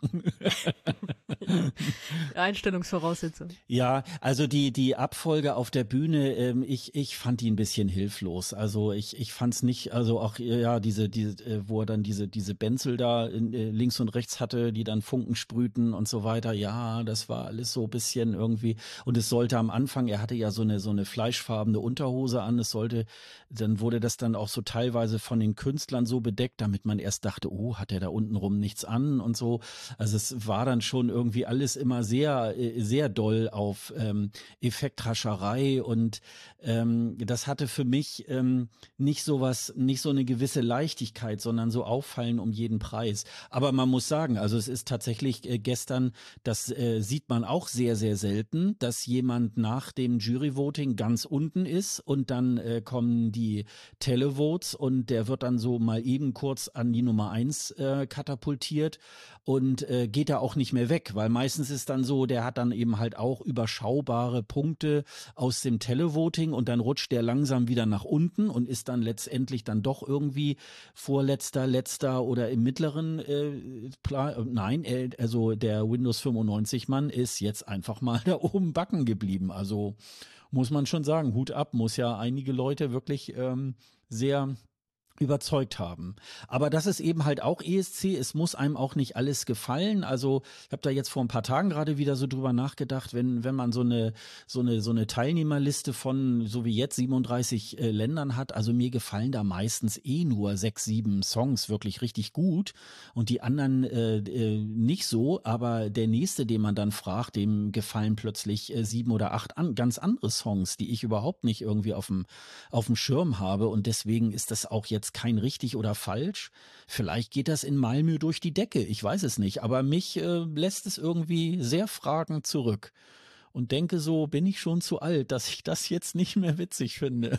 Einstellungsvoraussetzung. Ja, also die Abfolge auf der Bühne, ich fand die ein bisschen hilflos. Also ich fand's nicht, also auch diese wo er dann diese Benzel da links und rechts hatte, die dann Funken sprühten und so weiter. Ja, das war alles so ein bisschen irgendwie. Und es sollte am Anfang, er hatte ja so eine fleischfarbene Unterhose an. Dann wurde das dann auch so teilweise von den Künstlern so bedeckt, damit man erst dachte, oh, hat er da unten rum nichts an und so. Also es war dann schon irgendwie alles immer sehr, sehr doll auf Effekthascherei und das hatte für mich nicht so eine gewisse Leichtigkeit, sondern so auffallen um jeden Preis. Aber man muss sagen, also es ist tatsächlich gestern, das sieht man auch sehr, sehr selten, dass jemand nach dem Jury-Voting ganz unten ist und dann kommen die Televotes und der wird dann so mal eben kurz an die Nummer 1 katapultiert und geht da auch nicht mehr weg, weil meistens ist dann so, der hat dann eben halt auch überschaubare Punkte aus dem Televoting und dann rutscht der langsam wieder nach unten und ist dann letztendlich dann doch irgendwie vorletzter, letzter oder im mittleren also der Windows 95 Mann ist jetzt einfach mal da oben backen geblieben. Also muss man schon sagen, Hut ab, muss ja einige Leute wirklich sehr überzeugt haben. Aber das ist eben halt auch ESC, es muss einem auch nicht alles gefallen. Also ich habe da jetzt vor ein paar Tagen gerade wieder so drüber nachgedacht, wenn man so eine Teilnehmerliste von, so wie jetzt, 37 Ländern hat, also mir gefallen da meistens nur 6, 7 Songs wirklich richtig gut und die anderen nicht so, aber der nächste, den man dann fragt, dem gefallen plötzlich 7 oder 8 ganz andere Songs, die ich überhaupt nicht irgendwie auf dem Schirm habe und deswegen ist das auch jetzt kein richtig oder falsch. Vielleicht geht das in Malmö durch die Decke, ich weiß es nicht, aber mich lässt es irgendwie sehr fragend zurück und denke so, bin ich schon zu alt, dass ich das jetzt nicht mehr witzig finde.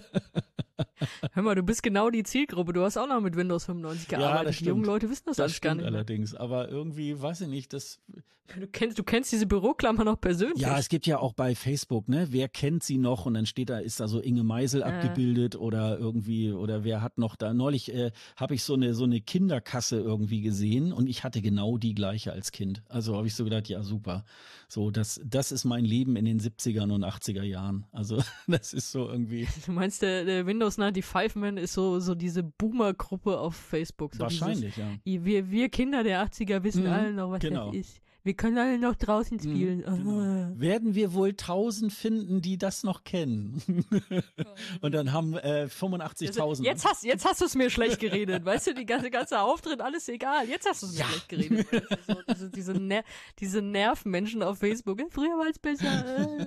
Hör mal, du bist genau die Zielgruppe. Du hast auch noch mit Windows 95 gearbeitet. Die jungen Leute wissen das alles gar nicht mehr. Allerdings, aber irgendwie, weiß ich nicht, das... Du kennst diese Büroklammer noch persönlich? Ja, es gibt ja auch bei Facebook, ne, wer kennt sie noch? Und dann ist da so Inge Meisel abgebildet oder irgendwie, oder wer hat noch da, neulich habe ich so eine Kinderkasse irgendwie gesehen und ich hatte genau die gleiche als Kind. Also habe ich so gedacht, ja super, so das ist mein Leben in den 70ern und 80er Jahren. Also das ist so irgendwie... Du meinst, der Windows 95-Man ist so diese Boomer-Gruppe auf Facebook. So wahrscheinlich, dieses, ja. Wir Kinder der 80er wissen alle noch, was das ist. Wir können alle noch draußen spielen. Genau. Werden wir wohl 1000 finden, die das noch kennen? Und dann haben 85.000. Jetzt hast du es mir schlecht geredet. Weißt du, die ganze Auftritt, alles egal. Jetzt hast du es mir schlecht geredet. So, diese Nervenmenschen auf Facebook. Früher war es besser.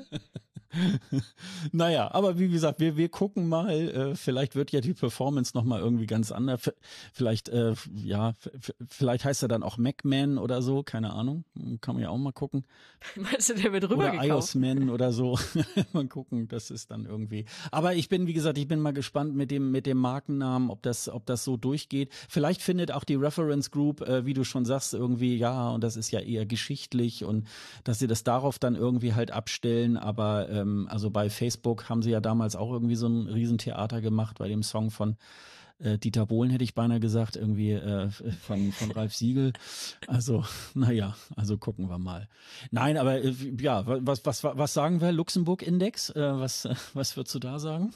Naja, aber wie gesagt, wir gucken mal, vielleicht wird ja die Performance nochmal irgendwie ganz anders. Vielleicht, vielleicht heißt er dann auch Macman oder so, keine Ahnung. Kann man ja auch mal gucken. Meinst du, der wird rübergekauft? Oder iOS-Man oder so. Mal gucken, das ist dann irgendwie. Aber ich bin mal gespannt mit dem Markennamen, ob das so durchgeht. Vielleicht findet auch die Reference Group, wie du schon sagst, irgendwie, ja, und das ist ja eher geschichtlich und dass sie das darauf dann irgendwie halt abstellen, aber also bei Facebook haben sie ja damals auch irgendwie so ein Riesentheater gemacht bei dem Song von Dieter Bohlen, hätte ich beinahe gesagt, irgendwie von Ralf Siegel. Also, naja, also gucken wir mal. Nein, aber ja, was sagen wir? Luxemburg-Index? Was würdest du da sagen?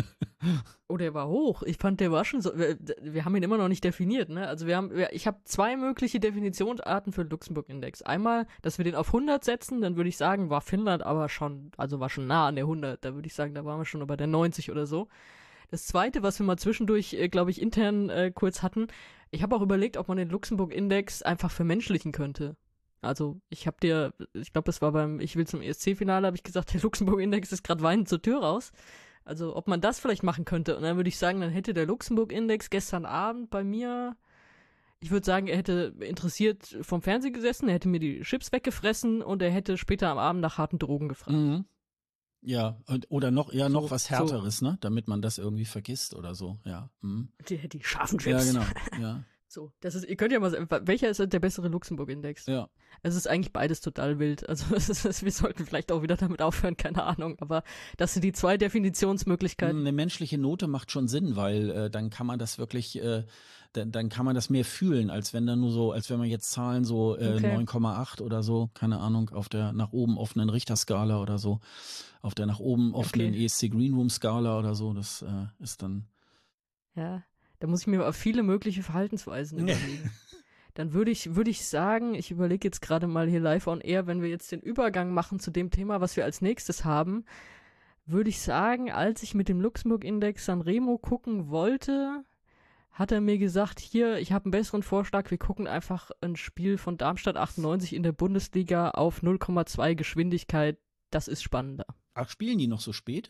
Oh, der war hoch. Ich fand, der war schon so. Wir haben ihn immer noch nicht definiert, ne? Also ich habe 2 mögliche Definitionsarten für den Luxemburg-Index. Einmal, dass wir den auf 100 setzen, dann würde ich sagen, war Finnland aber schon, also war schon nah an der 100. Da würde ich sagen, da waren wir schon bei der 90 oder so. Das Zweite, was wir mal zwischendurch, glaube ich, intern kurz hatten, ich habe auch überlegt, ob man den Luxemburg-Index einfach vermenschlichen könnte. Also ich glaube, das war beim Ich will zum ESC-Finale, habe ich gesagt, der Luxemburg-Index ist gerade weinend zur Tür raus. Also ob man das vielleicht machen könnte. Und dann würde ich sagen, dann hätte der Luxemburg-Index gestern Abend bei mir, ich würde sagen, er hätte interessiert vom Fernsehen gesessen, er hätte mir die Chips weggefressen und er hätte später am Abend nach harten Drogen gefragt. Mhm. Ja, oder noch was Härteres, ne? Damit man das irgendwie vergisst oder so, ja. Mhm. Die scharfen Chips. Ja, genau, ja. So, ihr könnt ja mal sagen, welcher ist der bessere Luxemburg-Index? Ja. Es ist eigentlich beides total wild. Also wir sollten vielleicht auch wieder damit aufhören, keine Ahnung. Aber das sind die 2 Definitionsmöglichkeiten. Eine menschliche Note macht schon Sinn, weil dann kann man das wirklich, dann kann man das mehr fühlen, als wenn man jetzt Zahlen so 9,8 oder so, keine Ahnung, auf der nach oben offenen Richterskala oder so, auf der nach oben offenen ESC Greenroom Skala oder so, das ist dann. Ja, da muss ich mir viele mögliche Verhaltensweisen überlegen. Dann würde ich sagen, ich überlege jetzt gerade mal hier live on air, wenn wir jetzt den Übergang machen zu dem Thema, was wir als nächstes haben, würde ich sagen, als ich mit dem Luxemburg-Index Sanremo gucken wollte, hat er mir gesagt, hier, ich habe einen besseren Vorschlag, wir gucken einfach ein Spiel von Darmstadt 98 in der Bundesliga auf 0,2 Geschwindigkeit, das ist spannender. Ach, spielen die noch so spät?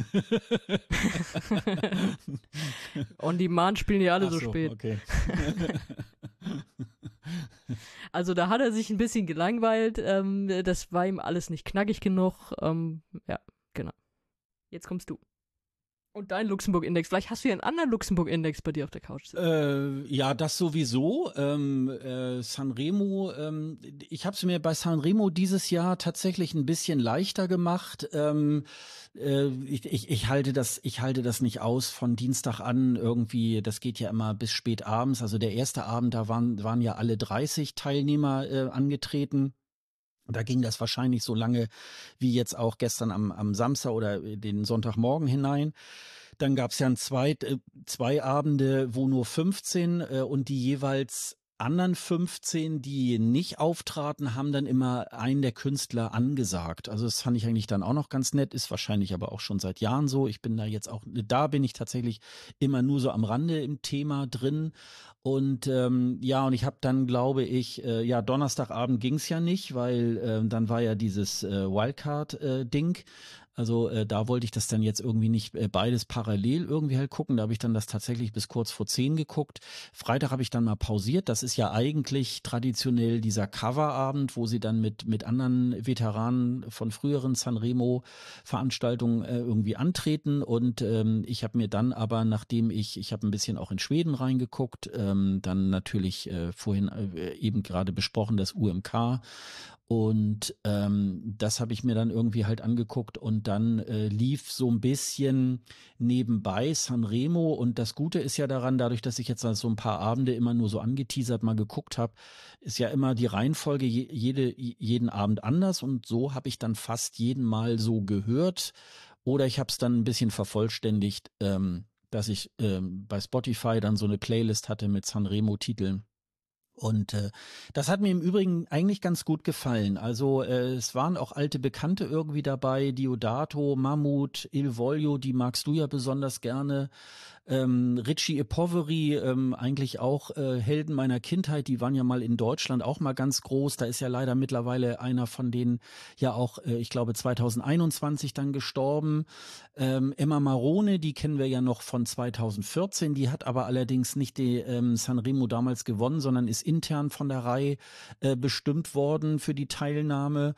On Demand spielen die alle so spät. Okay. Also da hat er sich ein bisschen gelangweilt. Das war ihm alles nicht knackig genug. Ja, genau. Jetzt kommst du. Und dein Luxemburg-Index. Vielleicht hast du ja einen anderen Luxemburg-Index bei dir auf der Couch. Ja, das sowieso. Sanremo, ich habe es mir bei Sanremo dieses Jahr tatsächlich ein bisschen leichter gemacht. Ich halte das nicht aus von Dienstag an irgendwie, das geht ja immer bis spät abends. Also der erste Abend, da waren ja alle 30 Teilnehmer angetreten. Da ging das wahrscheinlich so lange wie jetzt auch gestern am Samstag oder den Sonntagmorgen hinein. Dann gab es ja zwei Abende, wo nur 15 und die jeweils anderen 15, die nicht auftraten, haben dann immer einen der Künstler angesagt. Also das fand ich eigentlich dann auch noch ganz nett, ist wahrscheinlich aber auch schon seit Jahren so. Da bin ich tatsächlich immer nur so am Rande im Thema drin. Und und ich habe dann, glaube ich, Donnerstagabend ging's ja nicht, weil dann war ja dieses Wildcard-Ding. Also da wollte ich das dann jetzt irgendwie nicht beides parallel irgendwie halt gucken. Da habe ich dann das tatsächlich bis kurz vor 10 geguckt. Freitag habe ich dann mal pausiert. Das ist ja eigentlich traditionell dieser Coverabend, wo sie dann mit anderen Veteranen von früheren Sanremo-Veranstaltungen irgendwie antreten. Und ich habe mir dann aber, nachdem ich habe ein bisschen auch in Schweden reingeguckt, dann natürlich vorhin eben gerade besprochen, das UMK. Und das habe ich mir dann irgendwie halt angeguckt und dann lief so ein bisschen nebenbei Sanremo. Und das Gute ist ja daran, dadurch, dass ich jetzt so ein paar Abende immer nur so angeteasert mal geguckt habe, ist ja immer die Reihenfolge jeden Abend anders. Und so habe ich dann fast jeden Mal so gehört. Oder ich habe es dann ein bisschen vervollständigt, dass ich bei Spotify dann so eine Playlist hatte mit Sanremo-Titeln. Und das hat mir im Übrigen eigentlich ganz gut gefallen. Also es waren auch alte Bekannte irgendwie dabei, Diodato, Mammut, Il Voglio, die magst du ja besonders gerne. Richie e Poveri, eigentlich auch Helden meiner Kindheit, die waren ja mal in Deutschland auch mal ganz groß. Da ist ja leider mittlerweile einer von denen ja auch, ich glaube 2021 dann gestorben. Emma Marrone, die kennen wir ja noch von 2014, die hat aber allerdings nicht die Sanremo damals gewonnen, sondern ist intern von der Reihe bestimmt worden für die Teilnahme.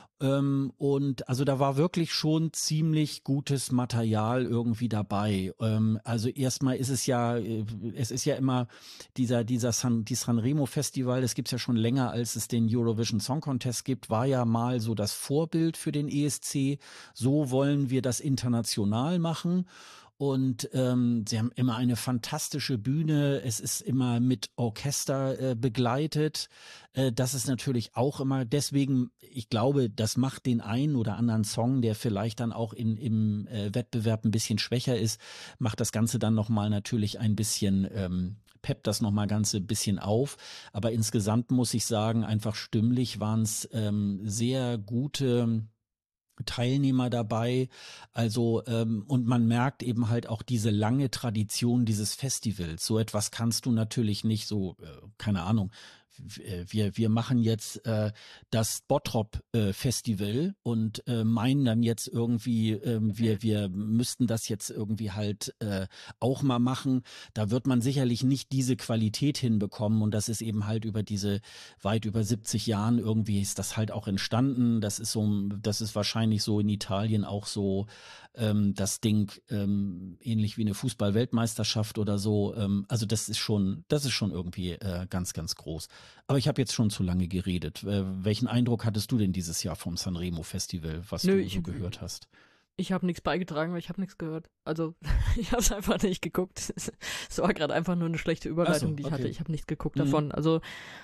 Und also da war wirklich schon ziemlich gutes Material irgendwie dabei. Also erstmal ist es ja immer die Sanremo Festival, das gibt's ja schon länger, als es den Eurovision Song Contest gibt, war ja mal so das Vorbild für den ESC. So wollen wir das international machen. Und sie haben immer eine fantastische Bühne. Es ist immer mit Orchester begleitet. Das ist natürlich auch immer deswegen, ich glaube, das macht den einen oder anderen Song, der vielleicht dann auch im Wettbewerb ein bisschen schwächer ist, macht das Ganze dann nochmal natürlich ein bisschen peppt das nochmal ganze bisschen auf. Aber insgesamt muss ich sagen, einfach stimmlich waren es sehr gute Teilnehmer dabei. Also und man merkt eben halt auch diese lange Tradition dieses Festivals. So etwas kannst du natürlich nicht so, keine Ahnung. Wir machen jetzt das Bottrop Festival und meinen dann jetzt irgendwie, wir müssten das jetzt irgendwie halt auch mal machen. Da wird man sicherlich nicht diese Qualität hinbekommen und das ist eben halt über diese weit über 70 Jahren irgendwie ist das halt auch entstanden. Das ist wahrscheinlich so in Italien auch so das Ding ähnlich wie eine Fußball-Weltmeisterschaft oder so. Also das ist schon irgendwie ganz, ganz groß. Aber ich habe jetzt schon zu lange geredet. Welchen Eindruck hattest du denn dieses Jahr vom Sanremo Festival, was du so gehört hast? Ich habe nichts beigetragen, weil ich habe nichts gehört. Also ich habe es einfach nicht geguckt. Es war gerade einfach nur eine schlechte Überleitung, die ich hatte. Ich habe nichts geguckt davon. Also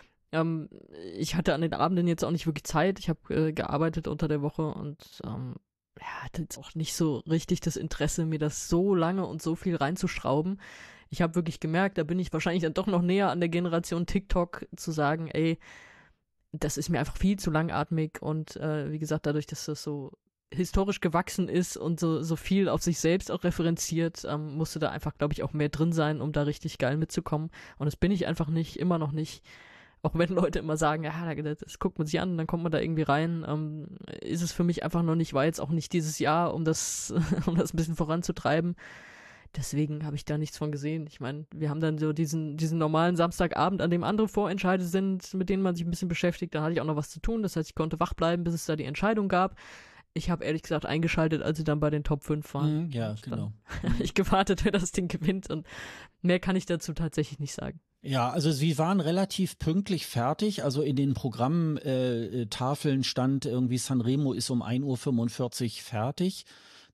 ich hatte an den Abenden jetzt auch nicht wirklich Zeit. Ich habe gearbeitet unter der Woche und hatte jetzt auch nicht so richtig das Interesse, mir das so lange und so viel reinzuschrauben. Ich habe wirklich gemerkt, da bin ich wahrscheinlich dann doch noch näher an der Generation TikTok, zu sagen, ey, das ist mir einfach viel zu langatmig und wie gesagt, dadurch, dass das so historisch gewachsen ist und so viel auf sich selbst auch referenziert, musste da einfach, glaube ich, auch mehr drin sein, um da richtig geil mitzukommen. Und das bin ich einfach nicht, immer noch nicht. Auch wenn Leute immer sagen, ja, das guckt man sich an, dann kommt man da irgendwie rein, ist es für mich einfach noch nicht, war jetzt auch nicht dieses Jahr, um das ein bisschen voranzutreiben. Deswegen habe ich da nichts von gesehen. Ich meine, wir haben dann so diesen normalen Samstagabend, an dem andere Vorentscheide sind, mit denen man sich ein bisschen beschäftigt. Da hatte ich auch noch was zu tun. Das heißt, ich konnte wach bleiben, bis es da die Entscheidung gab. Ich habe ehrlich gesagt eingeschaltet, als sie dann bei den Top 5 waren. Ja, genau. Habe ich gewartet, wer das Ding gewinnt und mehr kann ich dazu tatsächlich nicht sagen. Ja, also sie waren relativ pünktlich fertig. Also in den Programmtafeln stand irgendwie Sanremo ist um 1:45 Uhr fertig.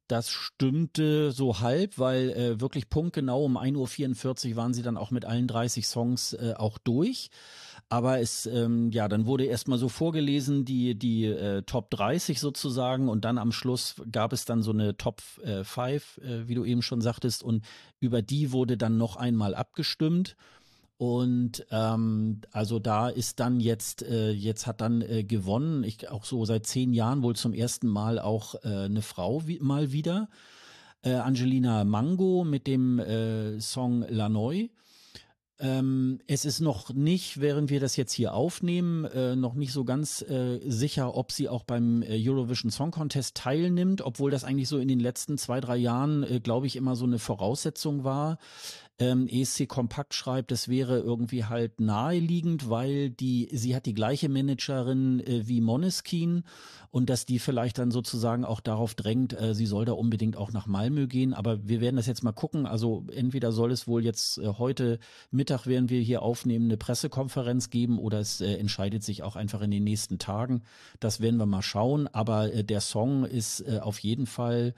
Das stimmte so halb, weil wirklich punktgenau um 1:44 Uhr waren sie dann auch mit allen 30 Songs auch durch. Aber dann wurde erstmal so vorgelesen, die Top 30 sozusagen, und dann am Schluss gab es dann so eine Top 5, wie du eben schon sagtest, und über die wurde dann noch einmal abgestimmt. Und also da ist dann jetzt hat dann gewonnen, auch so seit 10 Jahren wohl zum ersten Mal auch eine Frau mal wieder, Angelina Mango mit dem Song Lanoi. Es ist noch nicht, während wir das jetzt hier aufnehmen, noch nicht so ganz sicher, ob sie auch beim Eurovision Song Contest teilnimmt, obwohl das eigentlich so in den letzten 2-3 Jahren, glaube ich, immer so eine Voraussetzung war. ESC Kompakt schreibt, das wäre irgendwie halt naheliegend, weil sie hat die gleiche Managerin wie Måneskin, und dass die vielleicht dann sozusagen auch darauf drängt, sie soll da unbedingt auch nach Malmö gehen. Aber wir werden das jetzt mal gucken. Also entweder soll es wohl jetzt heute Mittag, während wir hier aufnehmen, eine Pressekonferenz geben, oder es entscheidet sich auch einfach in den nächsten Tagen. Das werden wir mal schauen. Aber der Song ist auf jeden Fall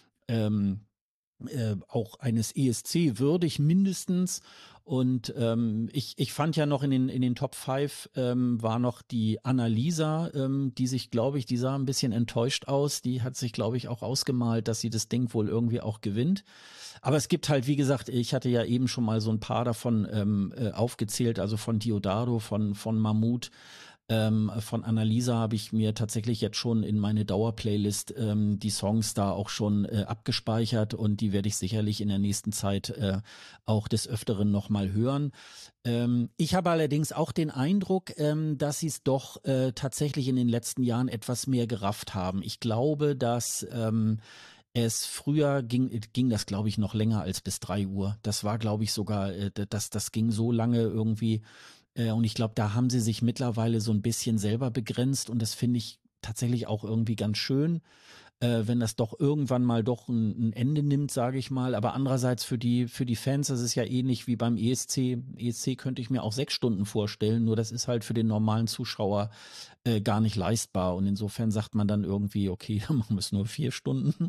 auch eines ESC würdig mindestens. Und ich fand ja noch in den Top 5 war noch die Annalisa, die sah ein bisschen enttäuscht aus. Die hat sich, glaube ich, auch ausgemalt, dass sie das Ding wohl irgendwie auch gewinnt. Aber es gibt halt, wie gesagt, ich hatte ja eben schon mal so ein paar davon aufgezählt, also von Diodaro, von Mammut. Von Annalisa habe ich mir tatsächlich jetzt schon in meine Dauerplaylist die Songs da auch schon abgespeichert, und die werde ich sicherlich in der nächsten Zeit auch des Öfteren nochmal hören. Ich habe allerdings auch den Eindruck, dass sie es doch tatsächlich in den letzten Jahren etwas mehr gerafft haben. Ich glaube, dass es früher ging das, glaube ich, noch länger als bis 3 Uhr. Das war, glaube ich, sogar, das ging so lange irgendwie. Und ich glaube, da haben sie sich mittlerweile so ein bisschen selber begrenzt, und das finde ich tatsächlich auch irgendwie ganz schön, wenn das doch irgendwann mal doch ein Ende nimmt, sage ich mal. Aber andererseits für die Fans, das ist ja ähnlich wie beim ESC. ESC könnte ich mir auch 6 Stunden vorstellen, nur das ist halt für den normalen Zuschauer gar nicht leistbar. Und insofern sagt man dann irgendwie, okay, dann machen wir es nur 4 Stunden.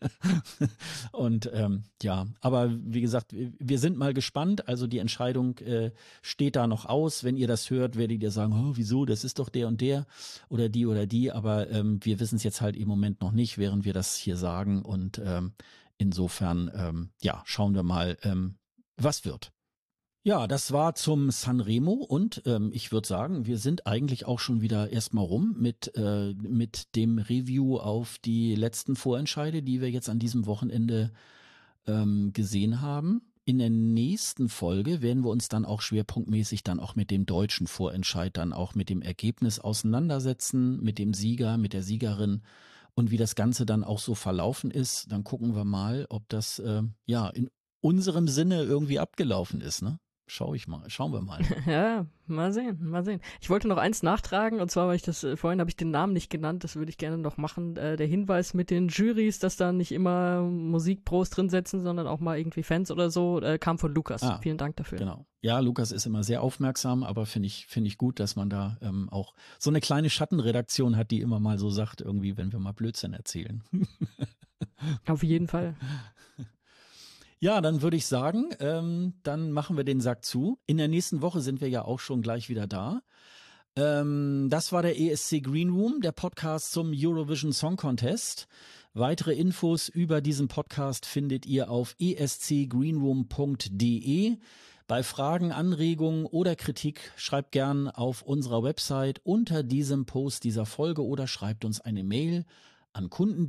Und aber wie gesagt, wir sind mal gespannt. Also die Entscheidung steht da noch aus. Wenn ihr das hört, werdet ihr sagen, oh, wieso, das ist doch der und der oder die. Aber wir wissen es jetzt halt im Moment noch nicht, während wir das hier sagen. Und insofern, schauen wir mal, was wird. Ja, das war zum Sanremo, und ich würde sagen, wir sind eigentlich auch schon wieder erstmal rum mit dem Review auf die letzten Vorentscheide, die wir jetzt an diesem Wochenende gesehen haben. In der nächsten Folge werden wir uns dann auch schwerpunktmäßig dann auch mit dem deutschen Vorentscheid, dann auch mit dem Ergebnis auseinandersetzen, mit dem Sieger, mit der Siegerin, und wie das Ganze dann auch so verlaufen ist. Dann gucken wir mal, ob das in unserem Sinne irgendwie abgelaufen ist, ne? Schauen wir mal. Ja, mal sehen. Ich wollte noch eins nachtragen, und zwar, weil vorhin habe ich den Namen nicht genannt, das würde ich gerne noch machen. Der Hinweis mit den Jurys, dass da nicht immer Musikpros drin setzen, sondern auch mal irgendwie Fans oder so, kam von Lukas. Vielen Dank dafür. Genau. Ja, Lukas ist immer sehr aufmerksam, aber finde ich gut, dass man da auch so eine kleine Schattenredaktion hat, die immer mal so sagt, irgendwie, wenn wir mal Blödsinn erzählen. Auf jeden Fall. Ja, dann würde ich sagen, dann machen wir den Sack zu. In der nächsten Woche sind wir ja auch schon gleich wieder da. Das war der ESC Green Room, der Podcast zum Eurovision Song Contest. Weitere Infos über diesen Podcast findet ihr auf escgreenroom.de. Bei Fragen, Anregungen oder Kritik schreibt gern auf unserer Website unter diesem Post dieser Folge oder schreibt uns eine Mail an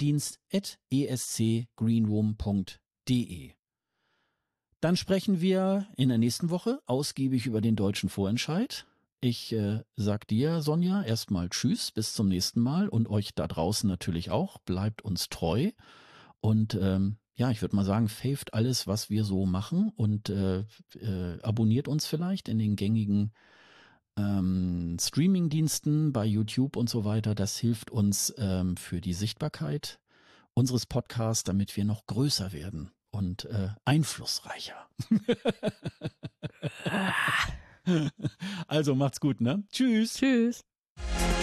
kundendienst@escgreenroom.de. Dann sprechen wir in der nächsten Woche ausgiebig über den deutschen Vorentscheid. Ich sag dir, Sonja, erstmal Tschüss, bis zum nächsten Mal, und euch da draußen natürlich auch. Bleibt uns treu, und ich würde mal sagen, faved alles, was wir so machen, und abonniert uns vielleicht in den gängigen Streaming-Diensten bei YouTube und so weiter. Das hilft uns für die Sichtbarkeit unseres Podcasts, damit wir noch größer werden und einflussreicher. Also macht's gut, ne? Tschüss. Tschüss.